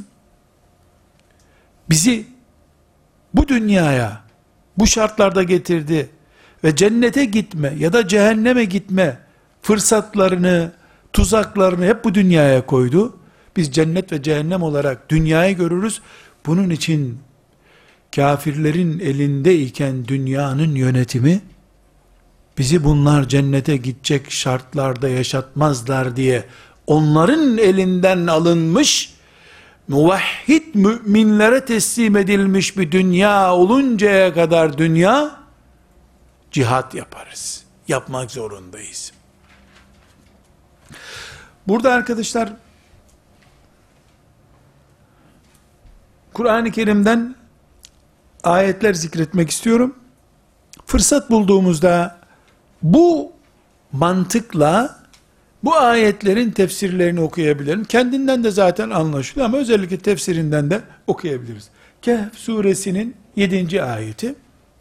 bizi bu dünyaya bu şartlarda getirdi ve cennete gitme ya da cehenneme gitme fırsatlarını, tuzaklarını hep bu dünyaya koydu. Biz cennet ve cehennem olarak dünyayı görürüz. Bunun için kafirlerin elindeyken dünyanın yönetimi, bizi bunlar cennete gidecek şartlarda yaşatmazlar diye onların elinden alınmış, muvahhid müminlere teslim edilmiş bir dünya oluncaya kadar dünya, cihat yaparız. Yapmak zorundayız. Burada arkadaşlar, Kur'an-ı Kerim'den ayetler zikretmek istiyorum. Fırsat bulduğumuzda bu mantıkla bu ayetlerin tefsirlerini okuyabilirim. Kendinden de zaten anlaşılıyor ama özellikle tefsirinden de okuyabiliriz. Kehf suresinin yedinci ayeti.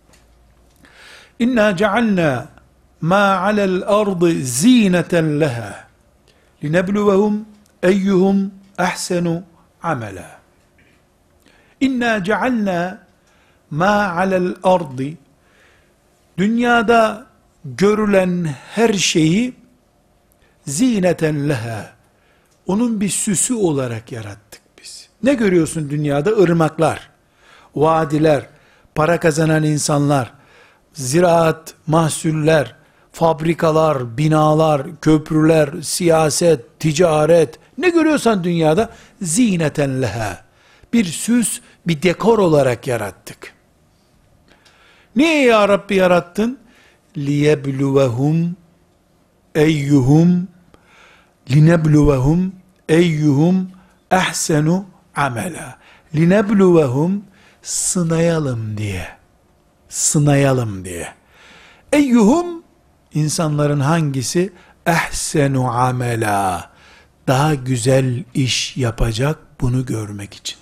İnna cealna ma alel ardı zineten leha linebluvehum eyyuhum ahsenu amela. İnna cealna ma alel ardı, dünyada görülen her şeyi zineten leha, onun bir süsü olarak yarattık biz. Ne görüyorsun dünyada? Irmaklar, vadiler, para kazanan insanlar, ziraat, mahsuller, fabrikalar, binalar, köprüler, siyaset, ticaret, ne görüyorsan dünyada zineten leha, bir süs, bir dekor olarak yarattık. Niye ya Rabbi yarattın? لِيَبْلُوَهُمْ eyyuhum linebluvehum eyyuhum ehsenu amela. Linebluvehum, sınayalım diye. Sınayalım diye. Eyyuhum, insanların hangisi ehsenu amela, daha güzel iş yapacak, bunu görmek için.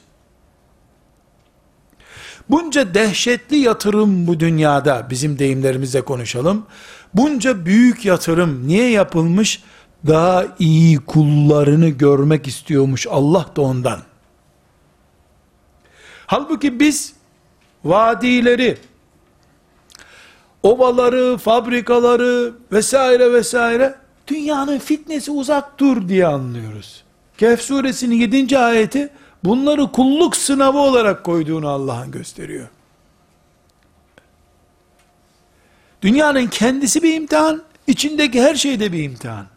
Bunca dehşetli yatırım bu dünyada, bizim deyimlerimizle konuşalım. Bunca büyük yatırım niye yapılmış? Daha iyi kullarını görmek istiyormuş Allah da ondan. Halbuki biz vadileri, ovaları, fabrikaları vesaire vesaire, dünyanın fitnesi, uzak dur diye anlıyoruz. Kehf suresinin yedinci ayeti bunları kulluk sınavı olarak koyduğunu Allah'ın gösteriyor. Dünyanın kendisi bir imtihan, içindeki her şey de bir imtihan.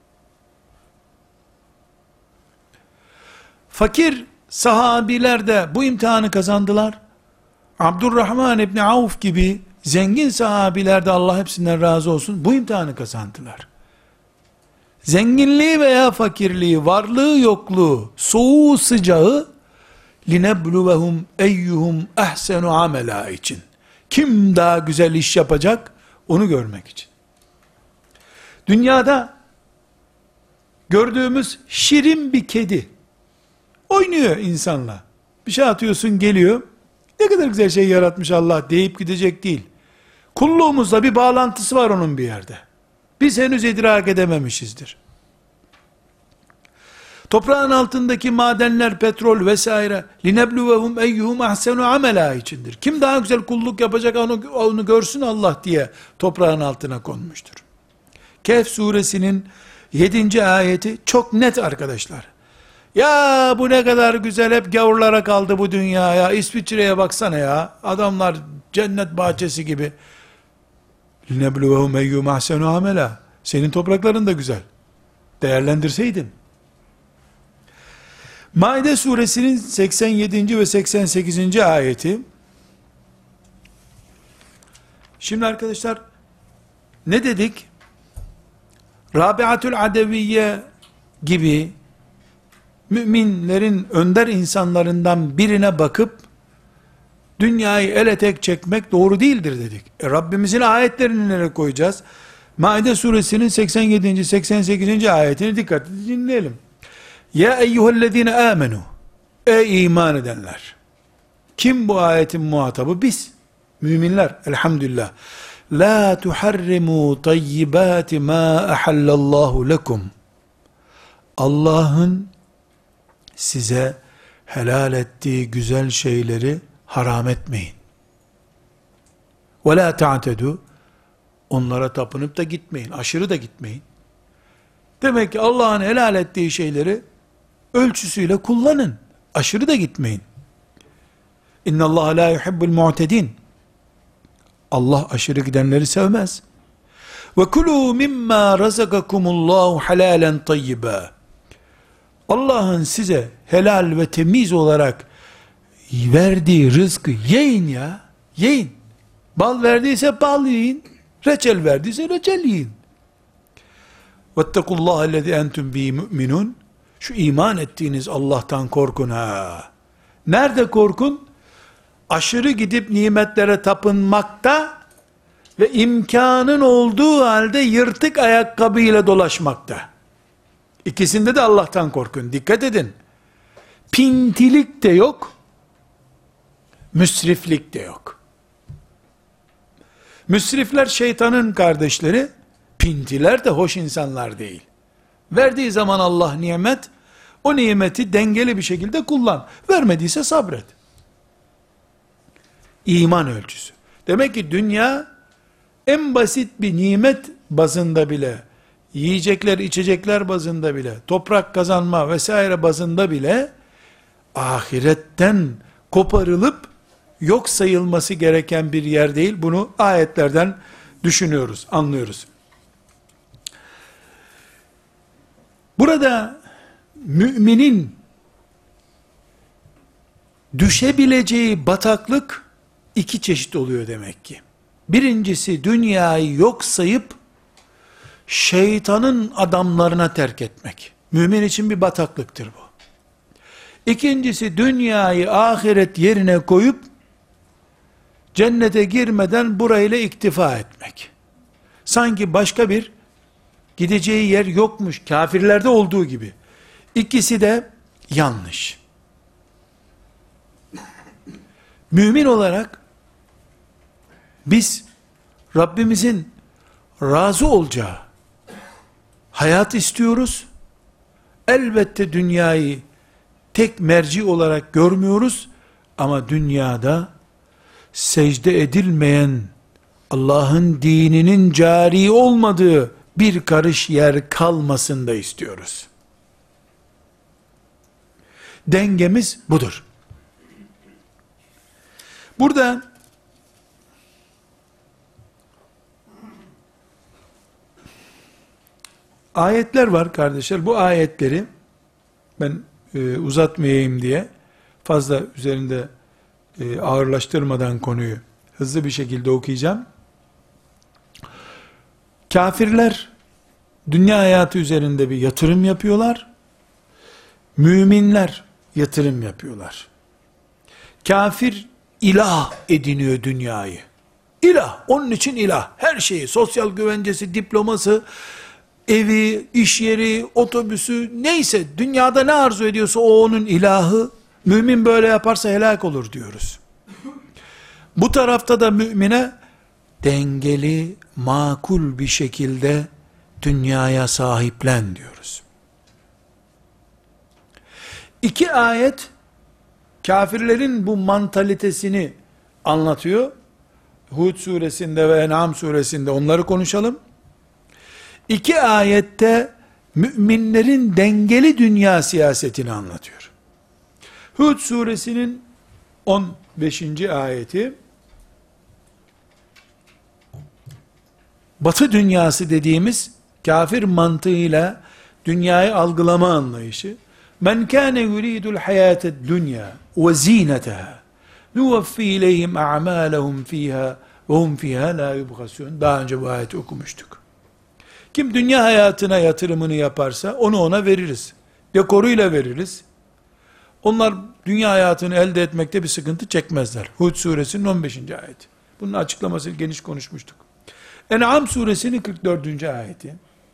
Fakir sahabiler de bu imtihanı kazandılar. Abdurrahman İbni Avf gibi zengin sahabiler de, Allah hepsinden razı olsun, bu imtihanı kazandılar. Zenginliği veya fakirliği, varlığı yokluğu, soğuğu sıcağı, linebluvehum eyyuhum ehsenu amela için. Kim daha güzel iş yapacak, onu görmek için. Dünyada gördüğümüz şirin bir kedi oynuyor insanla. Bir şey atıyorsun, geliyor. Ne kadar güzel şey yaratmış Allah deyip gidecek değil. Kulluğumuzla bir bağlantısı var onun bir yerde. Biz henüz idrak edememişizdir. Toprağın altındaki madenler, petrol vesaire, linebluvehum eyyuhum ahsenu amela içindir. Kim daha güzel kulluk yapacak, onu, onu görsün Allah diye toprağın altına konmuştur. Kehf suresinin yedinci ayeti çok net arkadaşlar. Ya bu ne kadar güzel, hep gavurlara kaldı bu dünya ya. İsviçre'ye baksana ya. Adamlar cennet bahçesi gibi. Linebluvehum eyyuhum ahsenu amela. Senin toprakların da güzel. Değerlendirseydin. Maide suresinin seksen yedinci ve seksen sekizinci ayeti. Şimdi arkadaşlar ne dedik? Rabiatül Adeviye gibi müminlerin önder insanlarından birine bakıp dünyayı ele tek çekmek doğru değildir dedik. E Rabbimizin ayetlerini nereye koyacağız? Maide suresinin seksen yedinci seksen sekizinci ayetini dikkatli dinleyelim. Ya eyyühellezine amenu, ey iman edenler. Kim bu ayetin muhatabı? Biz, müminler, elhamdülillah. La tuharrimu tayyibati ma ahallallahu lekum. Allah'ın size helal ettiği güzel şeyleri haram etmeyin. Ve la ta'tedu, onlara tapınıp da gitmeyin, aşırı da gitmeyin. Demek ki Allah'ın helal ettiği şeyleri ölçüsüyle kullanın, aşırı da gitmeyin. İnna Allah la yuhibbul mu'tedin. Allah aşırı gidenleri sevmez. Ve kulu mimma razakakumullahu halalen tayyiba. Allah'ın size helal ve temiz olarak verdiği rızkı yiyin ya, yiyin. Bal verdiyse bal yiyin, reçel verdiyse reçel yiyin. Vettekullaha ellezî entüm bihi mü'minun. Şu iman ettiğiniz Allah'tan korkun ha. Nerede korkun? Aşırı gidip nimetlere tapınmakta ve imkanın olduğu halde yırtık ayakkabıyla dolaşmakta. İkisinde de Allah'tan korkun. Dikkat edin. Pintilik de yok, müsriflik de yok. Müsrifler şeytanın kardeşleri, pintiler de hoş insanlar değil. Verdiği zaman Allah nimet, o nimeti dengeli bir şekilde kullan. Vermediyse sabret. İman ölçüsü. Demek ki dünya en basit bir nimet bazında bile, yiyecekler, içecekler bazında bile, toprak kazanma vesaire bazında bile ahiretten koparılıp yok sayılması gereken bir yer değil. Bunu ayetlerden düşünüyoruz, anlıyoruz. Burada müminin düşebileceği bataklık iki çeşit oluyor demek ki. Birincisi dünyayı yok sayıp şeytanın adamlarına terk etmek. Mümin için bir bataklıktır bu. İkincisi, dünyayı ahiret yerine koyup, cennete girmeden burayla iktifa etmek. Sanki başka bir gideceği yer yokmuş, kafirlerde olduğu gibi. İkisi de yanlış. Mümin olarak, biz, Rabbimizin razı olacağı hayat istiyoruz. Elbette dünyayı tek merci olarak görmüyoruz, ama dünyada secde edilmeyen, Allah'ın dininin cari olmadığı bir karış yer kalmasın da istiyoruz. Dengemiz budur. Burada ayetler var kardeşler. Bu ayetleri ben e, uzatmayayım diye fazla üzerinde e, ağırlaştırmadan konuyu hızlı bir şekilde okuyacağım. Kafirler dünya hayatı üzerinde bir yatırım yapıyorlar. Müminler yatırım yapıyorlar. Kafir ilah ediniyor dünyayı. İlah, onun için ilah. Her şeyi, sosyal güvencesi, diploması, evi, iş yeri, otobüsü, neyse dünyada ne arzu ediyorsa o onun ilahı. Mümin böyle yaparsa helak olur diyoruz. Bu tarafta da mümine dengeli, makul bir şekilde dünyaya sahiplen diyoruz. İki ayet kafirlerin bu mantalitesini anlatıyor. Hud suresinde ve En'am suresinde onları konuşalım. İki ayette müminlerin dengeli dünya siyasetini anlatıyor. Hud suresinin on beşinci ayeti, Batı dünyası dediğimiz kafir mantığıyla dünyayı algılama anlayışı, men kâne yuridul hayâted dünya ve zîneteha nuvaffi ileyhim a'mâlehum fîhâ ve hum fîhâ lâ yubgasûn. Daha önce bu ayeti okumuştuk. Kim dünya hayatına yatırımını yaparsa onu ona veririz. Dekoruyla veririz. Onlar dünya hayatını elde etmekte bir sıkıntı çekmezler. Hud suresinin on beşinci ayeti. Bunun açıklamasını geniş konuşmuştuk. En'am suresinin kırk dördüncü ayeti.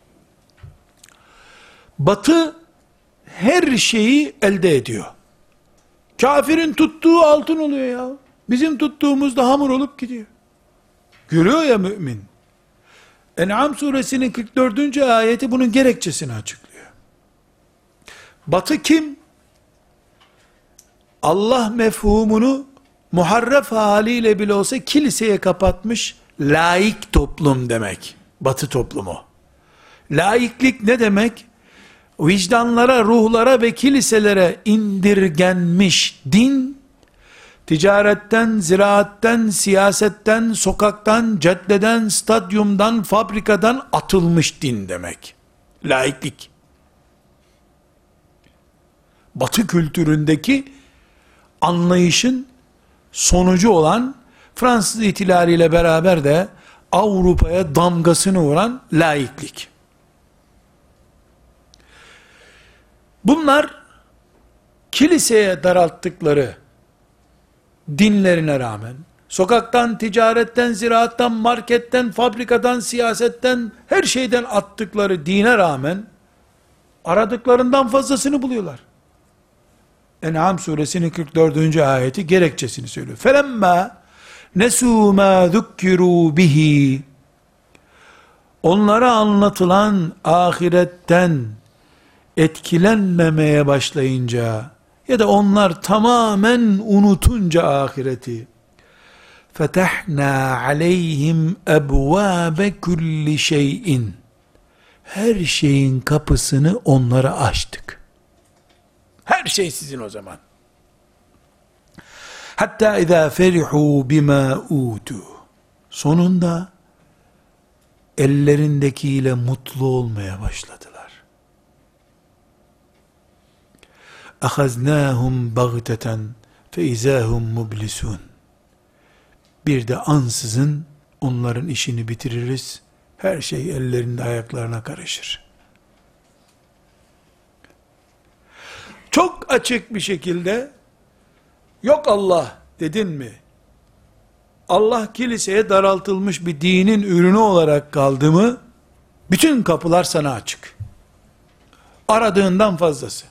Batı her şeyi elde ediyor. Kafirin tuttuğu altın oluyor ya. Bizim tuttuğumuz da hamur olup gidiyor. Görüyor ya mümin. En'am suresinin kırk dördüncü ayeti bunun gerekçesini açıklıyor. Batı kim? Allah mefhumunu muharref haliyle bile olsa kiliseye kapatmış laik toplum demek. Batı toplumu. Laiklik ne demek? Vicdanlara, ruhlara ve kiliselere indirgenmiş din, ticaretten, ziraatten, siyasetten, sokaktan, caddeden, stadyumdan, fabrikadan atılmış din demek. Laiklik. Batı kültüründeki anlayışın sonucu olan Fransız ihtilaliyle beraber de Avrupa'ya damgasını vuran laiklik. Bunlar kiliseye daralttıkları dinlerine rağmen, sokaktan, ticaretten, ziraattan, marketten, fabrikadan, siyasetten, her şeyden attıkları dine rağmen, aradıklarından fazlasını buluyorlar. En'am suresinin kırk dördüncü ayeti gerekçesini söylüyor. فَلَمَّا نَسُوا مَا ذُكِّرُوا بِهِ Onlara anlatılan ahiretten etkilenmemeye başlayınca ya da onlar tamamen unutunca ahireti, فَتَحْنَا عَلَيْهِمْ اَبْوَابَ كُلِّ شَيْءٍ Her şeyin kapısını onlara açtık. Her şey sizin o zaman. Hatta izâ ferihû bimâ ûtû Sonunda ellerindekiyle mutlu olmaya başladılar. Ahaznâhum bagteten fe izâhum mublisun Bir de ansızın onların işini bitiririz. her şey ellerinde ayaklarına karışır. Çok açık bir şekilde yok Allah dedin mi, Allah kiliseye daraltılmış bir dinin ürünü olarak kaldı mı, bütün kapılar sana açık. Aradığından fazlası.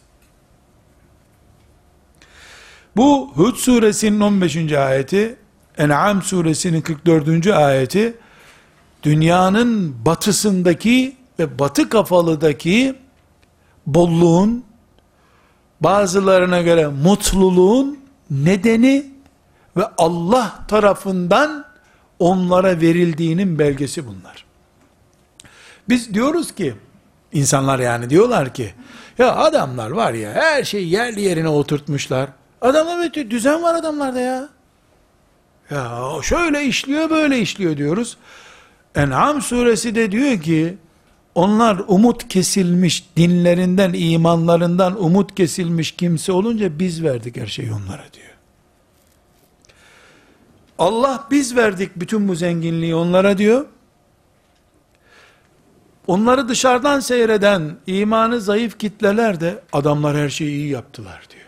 Bu Hud suresinin on beşinci ayeti, En'am suresinin kırk dördüncü ayeti, dünyanın batısındaki ve batı kafalıdaki bolluğun, bazılarına göre mutluluğun nedeni ve Allah tarafından onlara verildiğinin belgesi bunlar. Biz diyoruz ki, insanlar yani diyorlar ki, ya adamlar var ya, her şeyi yerli yerine oturtmuşlar. Adamlar bir düzen var adamlarda ya. Ya şöyle işliyor, böyle işliyor diyoruz. En'am suresi de diyor ki, onlar umut kesilmiş, dinlerinden, imanlarından umut kesilmiş kimse olunca biz verdik her şeyi onlara diyor. Allah biz verdik bütün bu zenginliği onlara diyor. Onları dışarıdan seyreden, imanı zayıf kitleler de adamlar her şeyi iyi yaptılar diyor.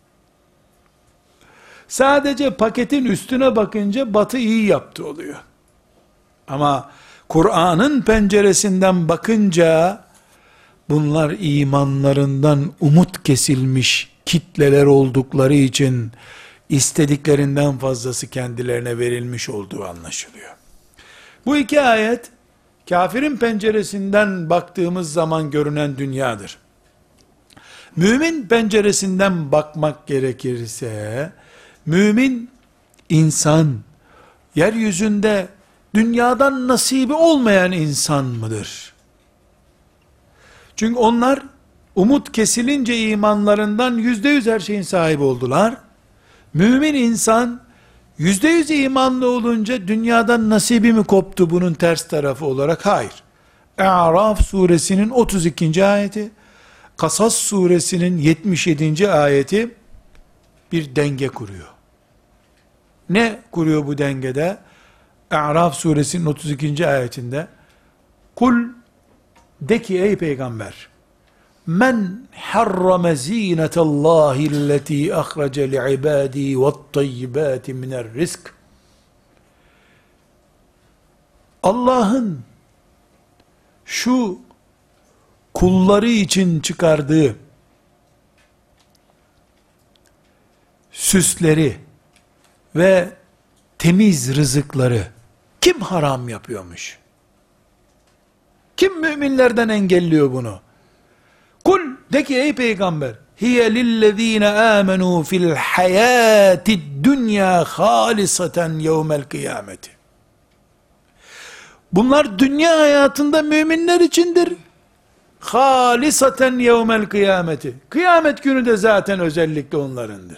Sadece paketin üstüne bakınca Batı iyi yaptı oluyor. Ama Kur'an'ın penceresinden bakınca bunlar imanlarından umut kesilmiş kitleler oldukları için istediklerinden fazlası kendilerine verilmiş olduğu anlaşılıyor. Bu iki ayet kafirin penceresinden baktığımız zaman görünen dünyadır. Mümin penceresinden bakmak gerekirse, mümin insan, yeryüzünde dünyadan nasibi olmayan insan mıdır? Çünkü onlar, umut kesilince imanlarından yüzde yüz her şeyin sahibi oldular. Mümin insan, yüzde yüz imanlı olunca dünyadan nasibi mi koptu bunun ters tarafı olarak? Hayır. A'raf suresinin otuz ikinci ayeti, Kasas suresinin yetmiş yedinci ayeti bir denge kuruyor. Ne kuruyor bu dengede? A'raf suresinin otuz ikinci ayetinde, kul, de ki ey peygamber, men harrame zinetallahi allati ahrece li'ibadi ve't-tayyibati minel rizk. Allah'ın şu kulları için çıkardığı süsleri ve temiz rızıkları kim haram yapıyormuş? Kim müminlerden engelliyor bunu? Kul, de ki ey peygamber, hiye lillezine amenu fil hayati dünya halisaten yevmel kıyameti. Bunlar dünya hayatında müminler içindir. Halisaten yevmel kıyameti. Kıyamet günü de zaten özellikle onlarındır.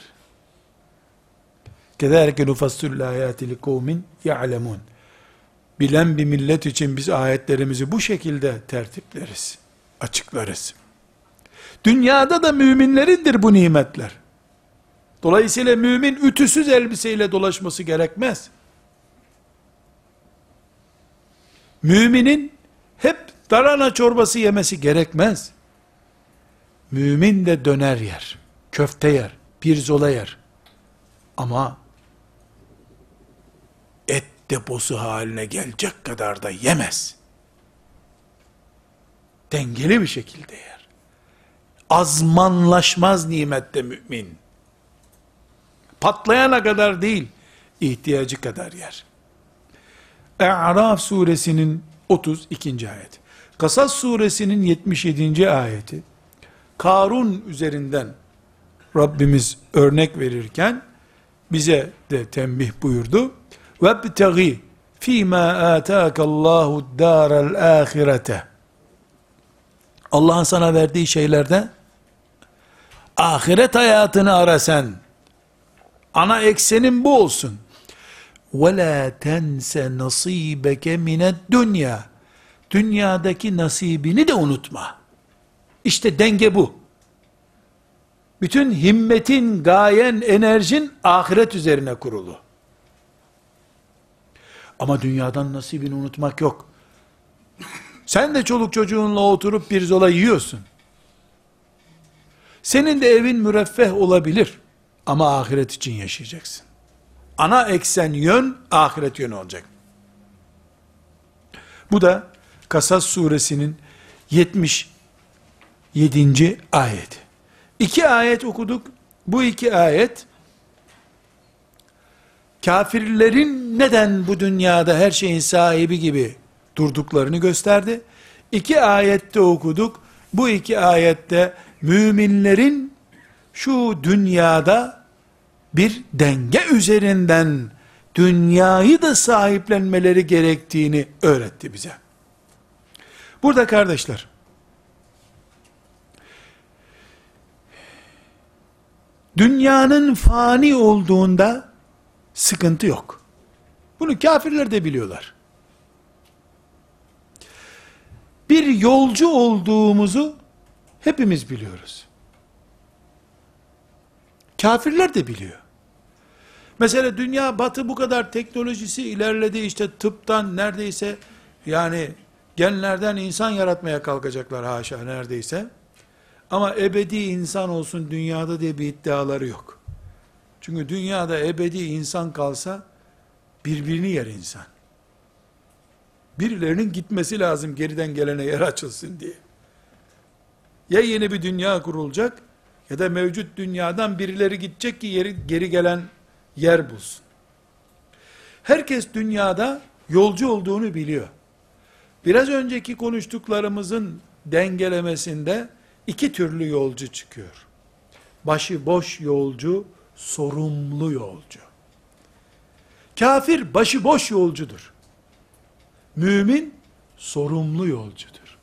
Kezalike nufassilul ayati likavmin ya'lemun. Bilen bir millet için biz ayetlerimizi bu şekilde tertipleriz, açıklarız. Dünyada da müminlerindir bu nimetler. Dolayısıyla mümin ütüsüz elbiseyle dolaşması gerekmez. Müminin hep darana çorbası yemesi gerekmez. Mümin de döner yer, köfte yer, pirzola yer. Ama et deposu haline gelecek kadar da yemez. Dengeli bir şekilde yer. Azmanlaşmaz nimette mümin. Patlayana kadar değil, ihtiyacı kadar yer. A'raf suresinin otuz ikinci ayeti. Kasas suresinin yetmiş yedinci ayeti. Karun üzerinden Rabbimiz örnek verirken bize de tembih buyurdu. وَابْتَغِي ف۪ي مَا آتَاكَ اللّٰهُ الدَّارَ الْآخِرَةَ. Allah'ın sana verdiği şeylerde ahiret hayatını ara sen. Ana eksenin bu olsun. وَلَا تَنْسَ نَصِيبَكَ مِنَ الدُّنْيَا. Dünyadaki nasibini de unutma. İşte denge bu. Bütün himmetin, gayen, enerjin ahiret üzerine kurulu. Ama dünyadan nasibini unutmak yok. Sen de çoluk çocuğunla oturup pirzola yiyorsun. Senin de evin müreffeh olabilir. Ama ahiret için yaşayacaksın. Ana eksen yön, ahiret yönü olacak. Bu da Kasas suresinin yetmiş yedinci ayeti. İki ayet okuduk. Bu iki ayet, kafirlerin neden bu dünyada her şeyin sahibi gibi durduklarını gösterdi. İki ayette okuduk. Bu iki ayette müminlerin şu dünyada bir denge üzerinden dünyayı da sahiplenmeleri gerektiğini öğretti bize. Burada kardeşler, dünyanın fani olduğunda sıkıntı yok. Bunu kafirler de biliyorlar. Bir yolcu olduğumuzu hepimiz biliyoruz. Kafirler de biliyor. Mesela dünya, batı bu kadar teknolojisi ilerledi, işte tıptan neredeyse, yani genlerden insan yaratmaya kalkacaklar haşa neredeyse. Ama ebedi insan olsun dünyada diye bir iddiaları yok. Çünkü dünyada ebedi insan kalsa birbirini yer insan. Birilerinin gitmesi lazım geriden gelene yer açılsın diye. Ya yeni bir dünya kurulacak ya da mevcut dünyadan birileri gidecek ki yeri, geri gelen yer bulsun. Herkes dünyada yolcu olduğunu biliyor. Biraz önceki konuştuklarımızın dengelemesinde iki türlü yolcu çıkıyor. Başıboş yolcu, sorumlu yolcu. Kafir başıboş yolcudur. Mümin sorumlu yolcudur.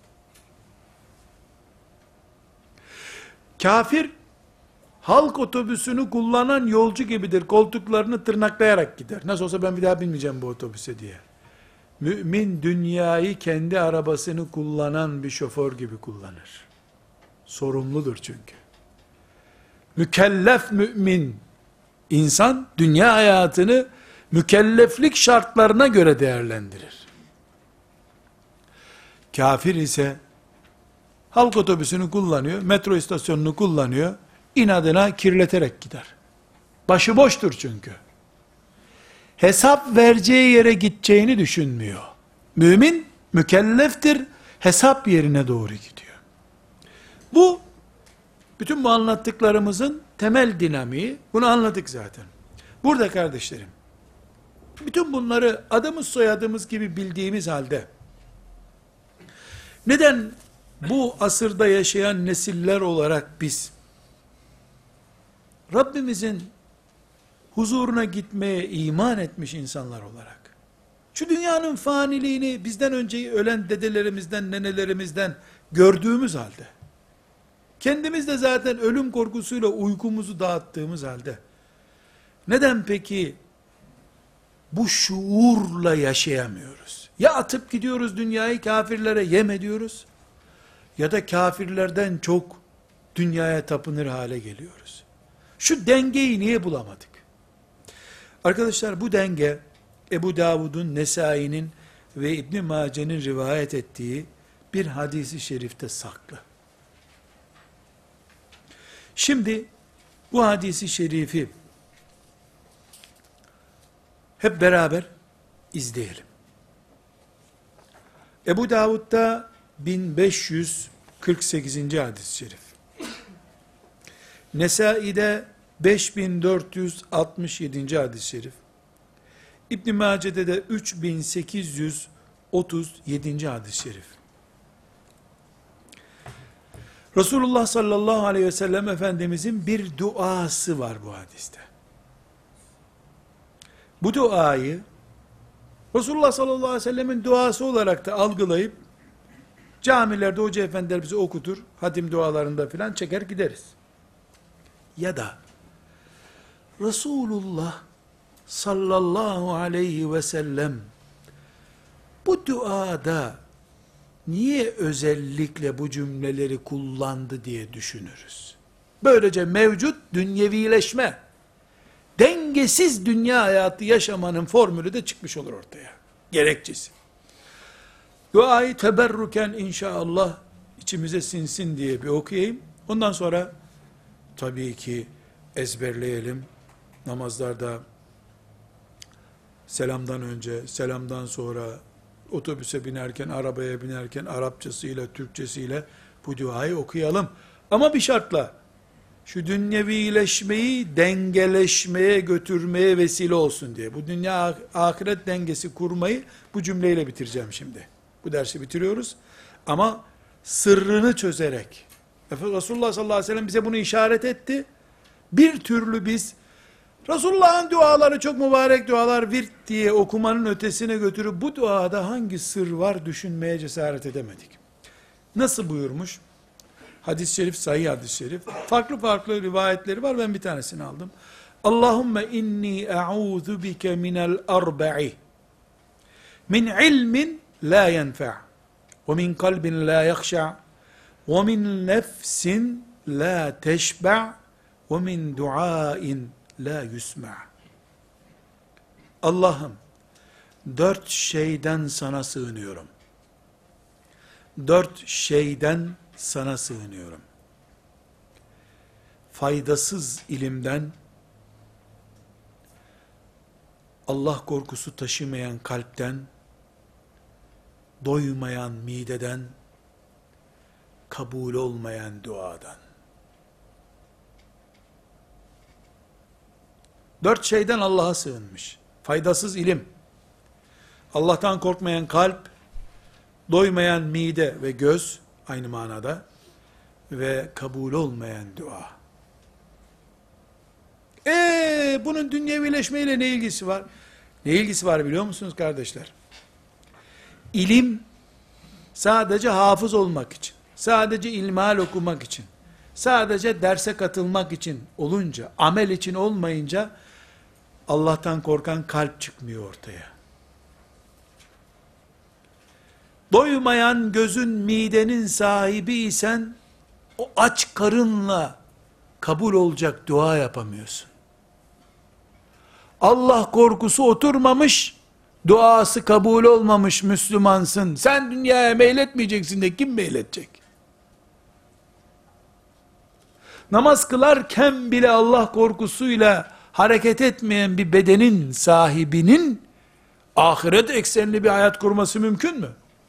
Kafir halk otobüsünü kullanan yolcu gibidir. Koltuklarını tırnaklayarak gider. Nasıl olsa ben bir daha binmeyeceğim bu otobüse diye. Mümin dünyayı kendi arabasını kullanan bir şoför gibi kullanır. Sorumludur çünkü. Mükellef mümin insan dünya hayatını mükelleflik şartlarına göre değerlendirir. Kafir ise halk otobüsünü kullanıyor, metro istasyonunu kullanıyor, inadına kirleterek gider. Başıboştur çünkü. Hesap vereceği yere gideceğini düşünmüyor. Mümin mükelleftir, hesap yerine doğru gidiyor. Bu, bütün bu anlattıklarımızın temel dinamiği, bunu anladık zaten. Burada kardeşlerim, bütün bunları adımız soyadımız gibi bildiğimiz halde, neden bu asırda yaşayan nesiller olarak biz, Rabbimizin huzuruna gitmeye iman etmiş insanlar olarak, şu dünyanın faniliğini bizden önce ölen dedelerimizden, nenelerimizden gördüğümüz halde, kendimiz de zaten ölüm korkusuyla uykumuzu dağıttığımız halde, neden peki bu şuurla yaşayamıyoruz? Ya atıp gidiyoruz dünyayı, kafirlere yem ediyoruz, ya da kafirlerden çok dünyaya tapınır hale geliyoruz. Şu dengeyi niye bulamadık? Arkadaşlar, bu denge Ebu Davud'un, Nesai'nin ve İbn Mace'nin rivayet ettiği bir hadisi şerifte saklı. Şimdi bu hadisi şerifi hep beraber izleyelim. Ebu Davud'da bin beş yüz kırk sekizinci hadis-i şerif. Nesai'de beş bin dört yüz altmış yedinci hadis-i şerif. İbn Mace'de de üç bin sekiz yüz otuz yedinci hadis-i şerif. Resulullah sallallahu aleyhi ve sellem Efendimizin bir duası var bu hadiste. Bu duayı Resulullah sallallahu aleyhi ve sellemin duası olarak da algılayıp camilerde hoca efendiler bize okutur, hatim dualarında filan çeker gideriz. Ya da Resulullah sallallahu aleyhi ve sellem bu duada niye özellikle bu cümleleri kullandı diye düşünürüz. Böylece mevcut dünyevileşme, dengesiz dünya hayatı yaşamanın formülü de çıkmış olur ortaya. Gerekçesi. Duayı teberruken inşallah içimize sinsin diye bir okuyayım. Ondan sonra tabii ki ezberleyelim. Namazlarda selamdan önce, selamdan sonra, otobüse binerken, arabaya binerken Arapçasıyla, Türkçesiyle bu duayı okuyalım. Ama bir şartla, şu dünyevileşmeyi dengeleşmeye götürmeye vesile olsun diye. Bu dünya ahiret dengesi kurmayı bu cümleyle bitireceğim şimdi. Bu dersi bitiriyoruz. Ama sırrını çözerek, Resulullah sallallahu aleyhi ve sellem bize bunu işaret etti. Bir türlü biz, Resulullah'ın duaları çok mübarek dualar, virt diye okumanın ötesine götürüp, bu duada hangi sır var düşünmeye cesaret edemedik. Nasıl buyurmuş? Hadis-i şerif, sahih hadis-i şerif. Farklı farklı rivayetleri var, ben bir tanesini aldım. Allahümme inni e'udhu bike minel arba'i. Min ilmin la yenfe' ve min kalbin la yakşa' ve min nefsin la teşbe' ve min duain la yusma'. Allah'ım, dört şeyden sana sığınıyorum. Dört şeyden sana sığınıyorum. Faydasız ilimden, Allah korkusu taşımayan kalpten, doymayan mideden, kabul olmayan duadan. Dört şeyden Allah'a sığınmış. Faydasız ilim, Allah'tan korkmayan kalp, doymayan mide ve göz, aynı manada, ve kabul olmayan dua. Eee bunun dünyevileşmeyle ne ilgisi var? Ne ilgisi var biliyor musunuz kardeşler? İlim sadece hafız olmak için, sadece ilmihal okumak için, sadece derse katılmak için olunca, amel için olmayınca, Allah'tan korkan kalp çıkmıyor ortaya. Doymayan gözün, midenin sahibiysen, o aç karınla kabul olacak dua yapamıyorsun. Allah korkusu oturmamış, duası kabul olmamış Müslümansın. Sen dünyaya meyletmeyeceksin de kim meyledecek? Namaz kılarken bile Allah korkusuyla hareket etmeyen bir bedenin sahibinin ahiret eksenli bir hayat kurması mümkün mü?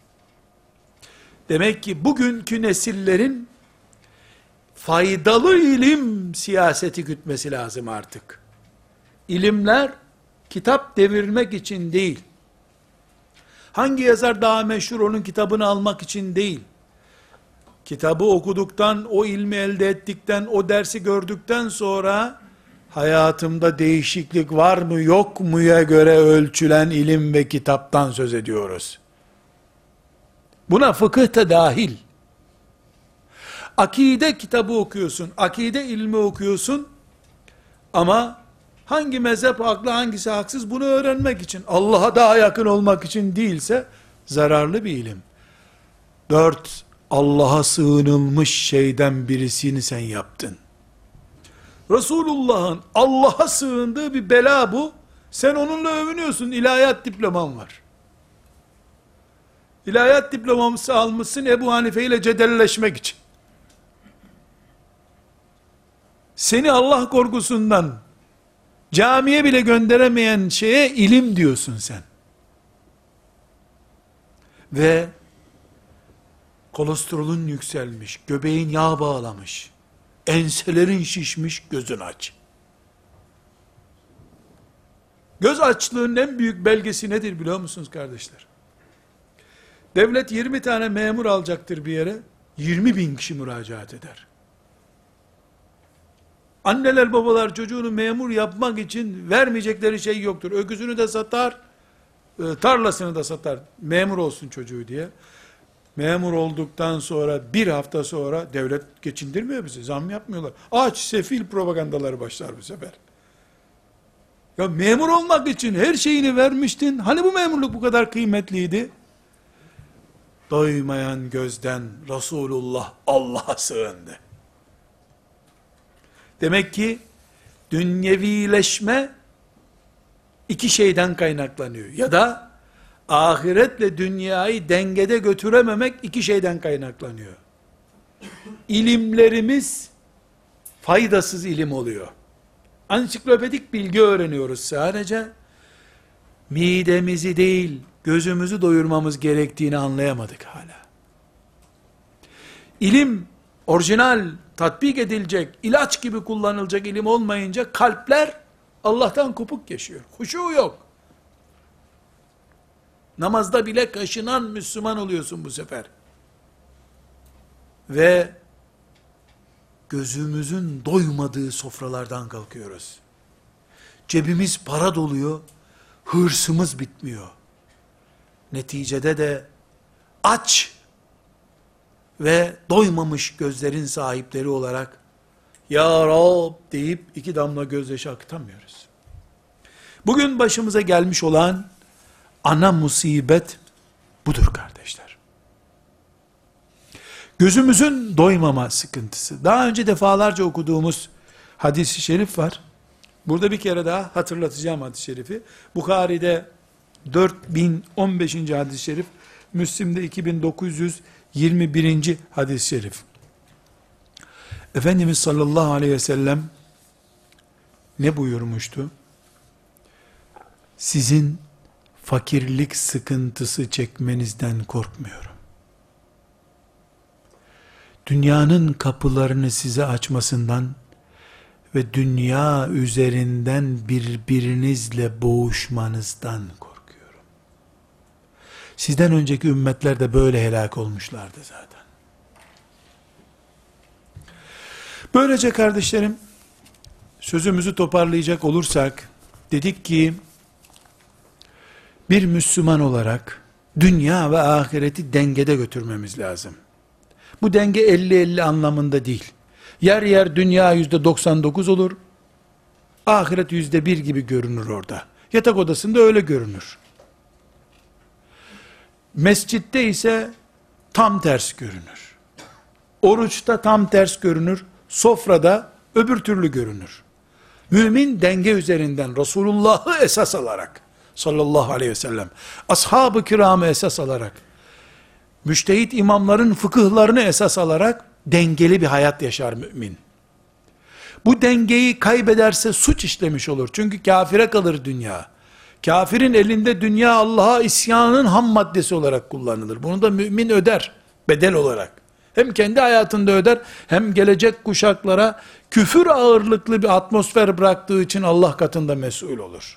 Demek ki bugünkü nesillerin faydalı ilim siyaseti gütmesi lazım artık. İlimler kitap devirmek için değil. Hangi yazar daha meşhur, onun kitabını almak için değil. Kitabı okuduktan, o ilmi elde ettikten, o dersi gördükten sonra hayatımda değişiklik var mı yok muya göre ölçülen ilim ve kitaptan söz ediyoruz. Buna fıkıh da dahil. Akide kitabı okuyorsun, akide ilmi okuyorsun ama hangi mezhep haklı, hangisi haksız bunu öğrenmek için, Allah'a daha yakın olmak için değilse zararlı bir ilim. Dört, Allah'a sığınılmış şeyden birisini sen yaptın. Resulullah'ın Allah'a sığındığı bir bela bu. Sen onunla övünüyorsun, ilahiyat diploman var. İlahiyat diploması almışsın Ebu Hanife ile cedelleşmek için. Seni Allah korkusundan camiye bile gönderemeyen şeye ilim diyorsun sen. Ve kolesterolün yükselmiş, göbeğin yağ bağlamış, enselerin şişmiş, gözün aç. Göz açlığının en büyük belgesi nedir biliyor musunuz kardeşler? Devlet yirmi tane memur alacaktır bir yere, yirmi bin kişi müracaat eder. Anneler babalar çocuğunu memur yapmak için vermeyecekleri şey yoktur. Öküzünü de satar, tarlasını da satar, memur olsun çocuğu diye. Memur olduktan sonra, bir hafta sonra, devlet geçindirmiyor bizi, zam yapmıyorlar. Aç, sefil propagandaları başlar bu sefer. Ya memur olmak için her şeyini vermiştin, hani bu memurluk bu kadar kıymetliydi? Doymayan gözden Resulullah Allah'a sığındı. Demek ki dünyevileşme iki şeyden kaynaklanıyor. Ya da ahiretle dünyayı dengede götürememek iki şeyden kaynaklanıyor. İlimlerimiz faydasız ilim oluyor. Ansiklopedik bilgi öğreniyoruz sadece. Midemizi değil, gözümüzü doyurmamız gerektiğini anlayamadık hala. İlim, orijinal, tatbik edilecek, ilaç gibi kullanılacak ilim olmayınca kalpler Allah'tan kopuk yaşıyor. Huşu yok. Namazda bile kaşınan Müslüman oluyorsun bu sefer. Ve gözümüzün doymadığı sofralardan kalkıyoruz. Cebimiz para doluyor, hırsımız bitmiyor. Neticede de aç ve doymamış gözlerin sahipleri olarak Ya Rab deyip iki damla gözyaşı akıtamıyoruz. Bugün başımıza gelmiş olan ana musibet budur kardeşler. Gözümüzün doymama sıkıntısı. Daha önce defalarca okuduğumuz hadis-i şerif var. Burada bir kere daha hatırlatacağım hadis-i şerifi. Bukhari'de dört bin on beşinci hadis-i şerif, Müslim'de iki bin dokuz yüz yirmi birinci hadis-i şerif. Efendimiz sallallahu aleyhi ve sellem ne buyurmuştu? Sizin fakirlik sıkıntısı çekmenizden korkmuyorum. Dünyanın kapılarını size açmasından ve dünya üzerinden birbirinizle boğuşmanızdan korkuyorum. Sizden önceki ümmetler de böyle helak olmuşlardı zaten. Böylece kardeşlerim, sözümüzü toparlayacak olursak, dedik ki, bir Müslüman olarak, dünya ve ahireti dengede götürmemiz lazım. Bu denge elli elli anlamında değil. Yer yer dünya yüzde doksan dokuz olur, ahiret yüzde bir gibi görünür orada. Yatak odasında öyle görünür. Mescitte ise tam ters görünür. Oruçta tam ters görünür, sofrada öbür türlü görünür. Mümin denge üzerinden Resulullah'ı esas alarak, sallallahu aleyhi ve sellem, ashab-ı kiramı esas alarak, müştehit imamların fıkıhlarını esas alarak, dengeli bir hayat yaşar mümin. Bu dengeyi kaybederse suç işlemiş olur. Çünkü kafire kalır dünya. Kafirin elinde dünya Allah'a isyanın ham maddesi olarak kullanılır. Bunu da mümin öder, bedel olarak. Hem kendi hayatında öder, hem gelecek kuşaklara küfür ağırlıklı bir atmosfer bıraktığı için Allah katında mesul olur.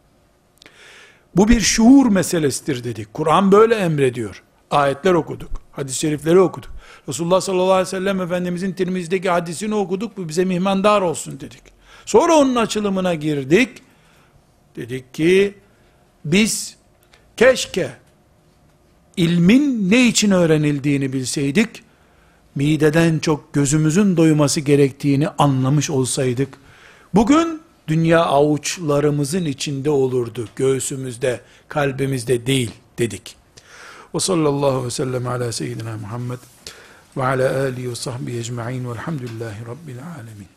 Bu bir şuur meselesidir dedik. Kur'an böyle emrediyor. Ayetler okuduk, hadis-i şerifleri okuduk. Resulullah sallallahu aleyhi ve sellem Efendimizin Tirmizi'deki hadisini okuduk, bu bize mihmandar olsun dedik. Sonra onun açılımına girdik. Dedik ki, biz keşke ilmin ne için öğrenildiğini bilseydik, mideden çok gözümüzün doyması gerektiğini anlamış olsaydık, bugün dünya avuçlarımızın içinde olurdu, göğsümüzde, kalbimizde değil dedik. Ve sallallahu ve sellem ala seyyidina Muhammed ve ala alihi ve sahbihi ecma'in velhamdülillahi rabbil alemin.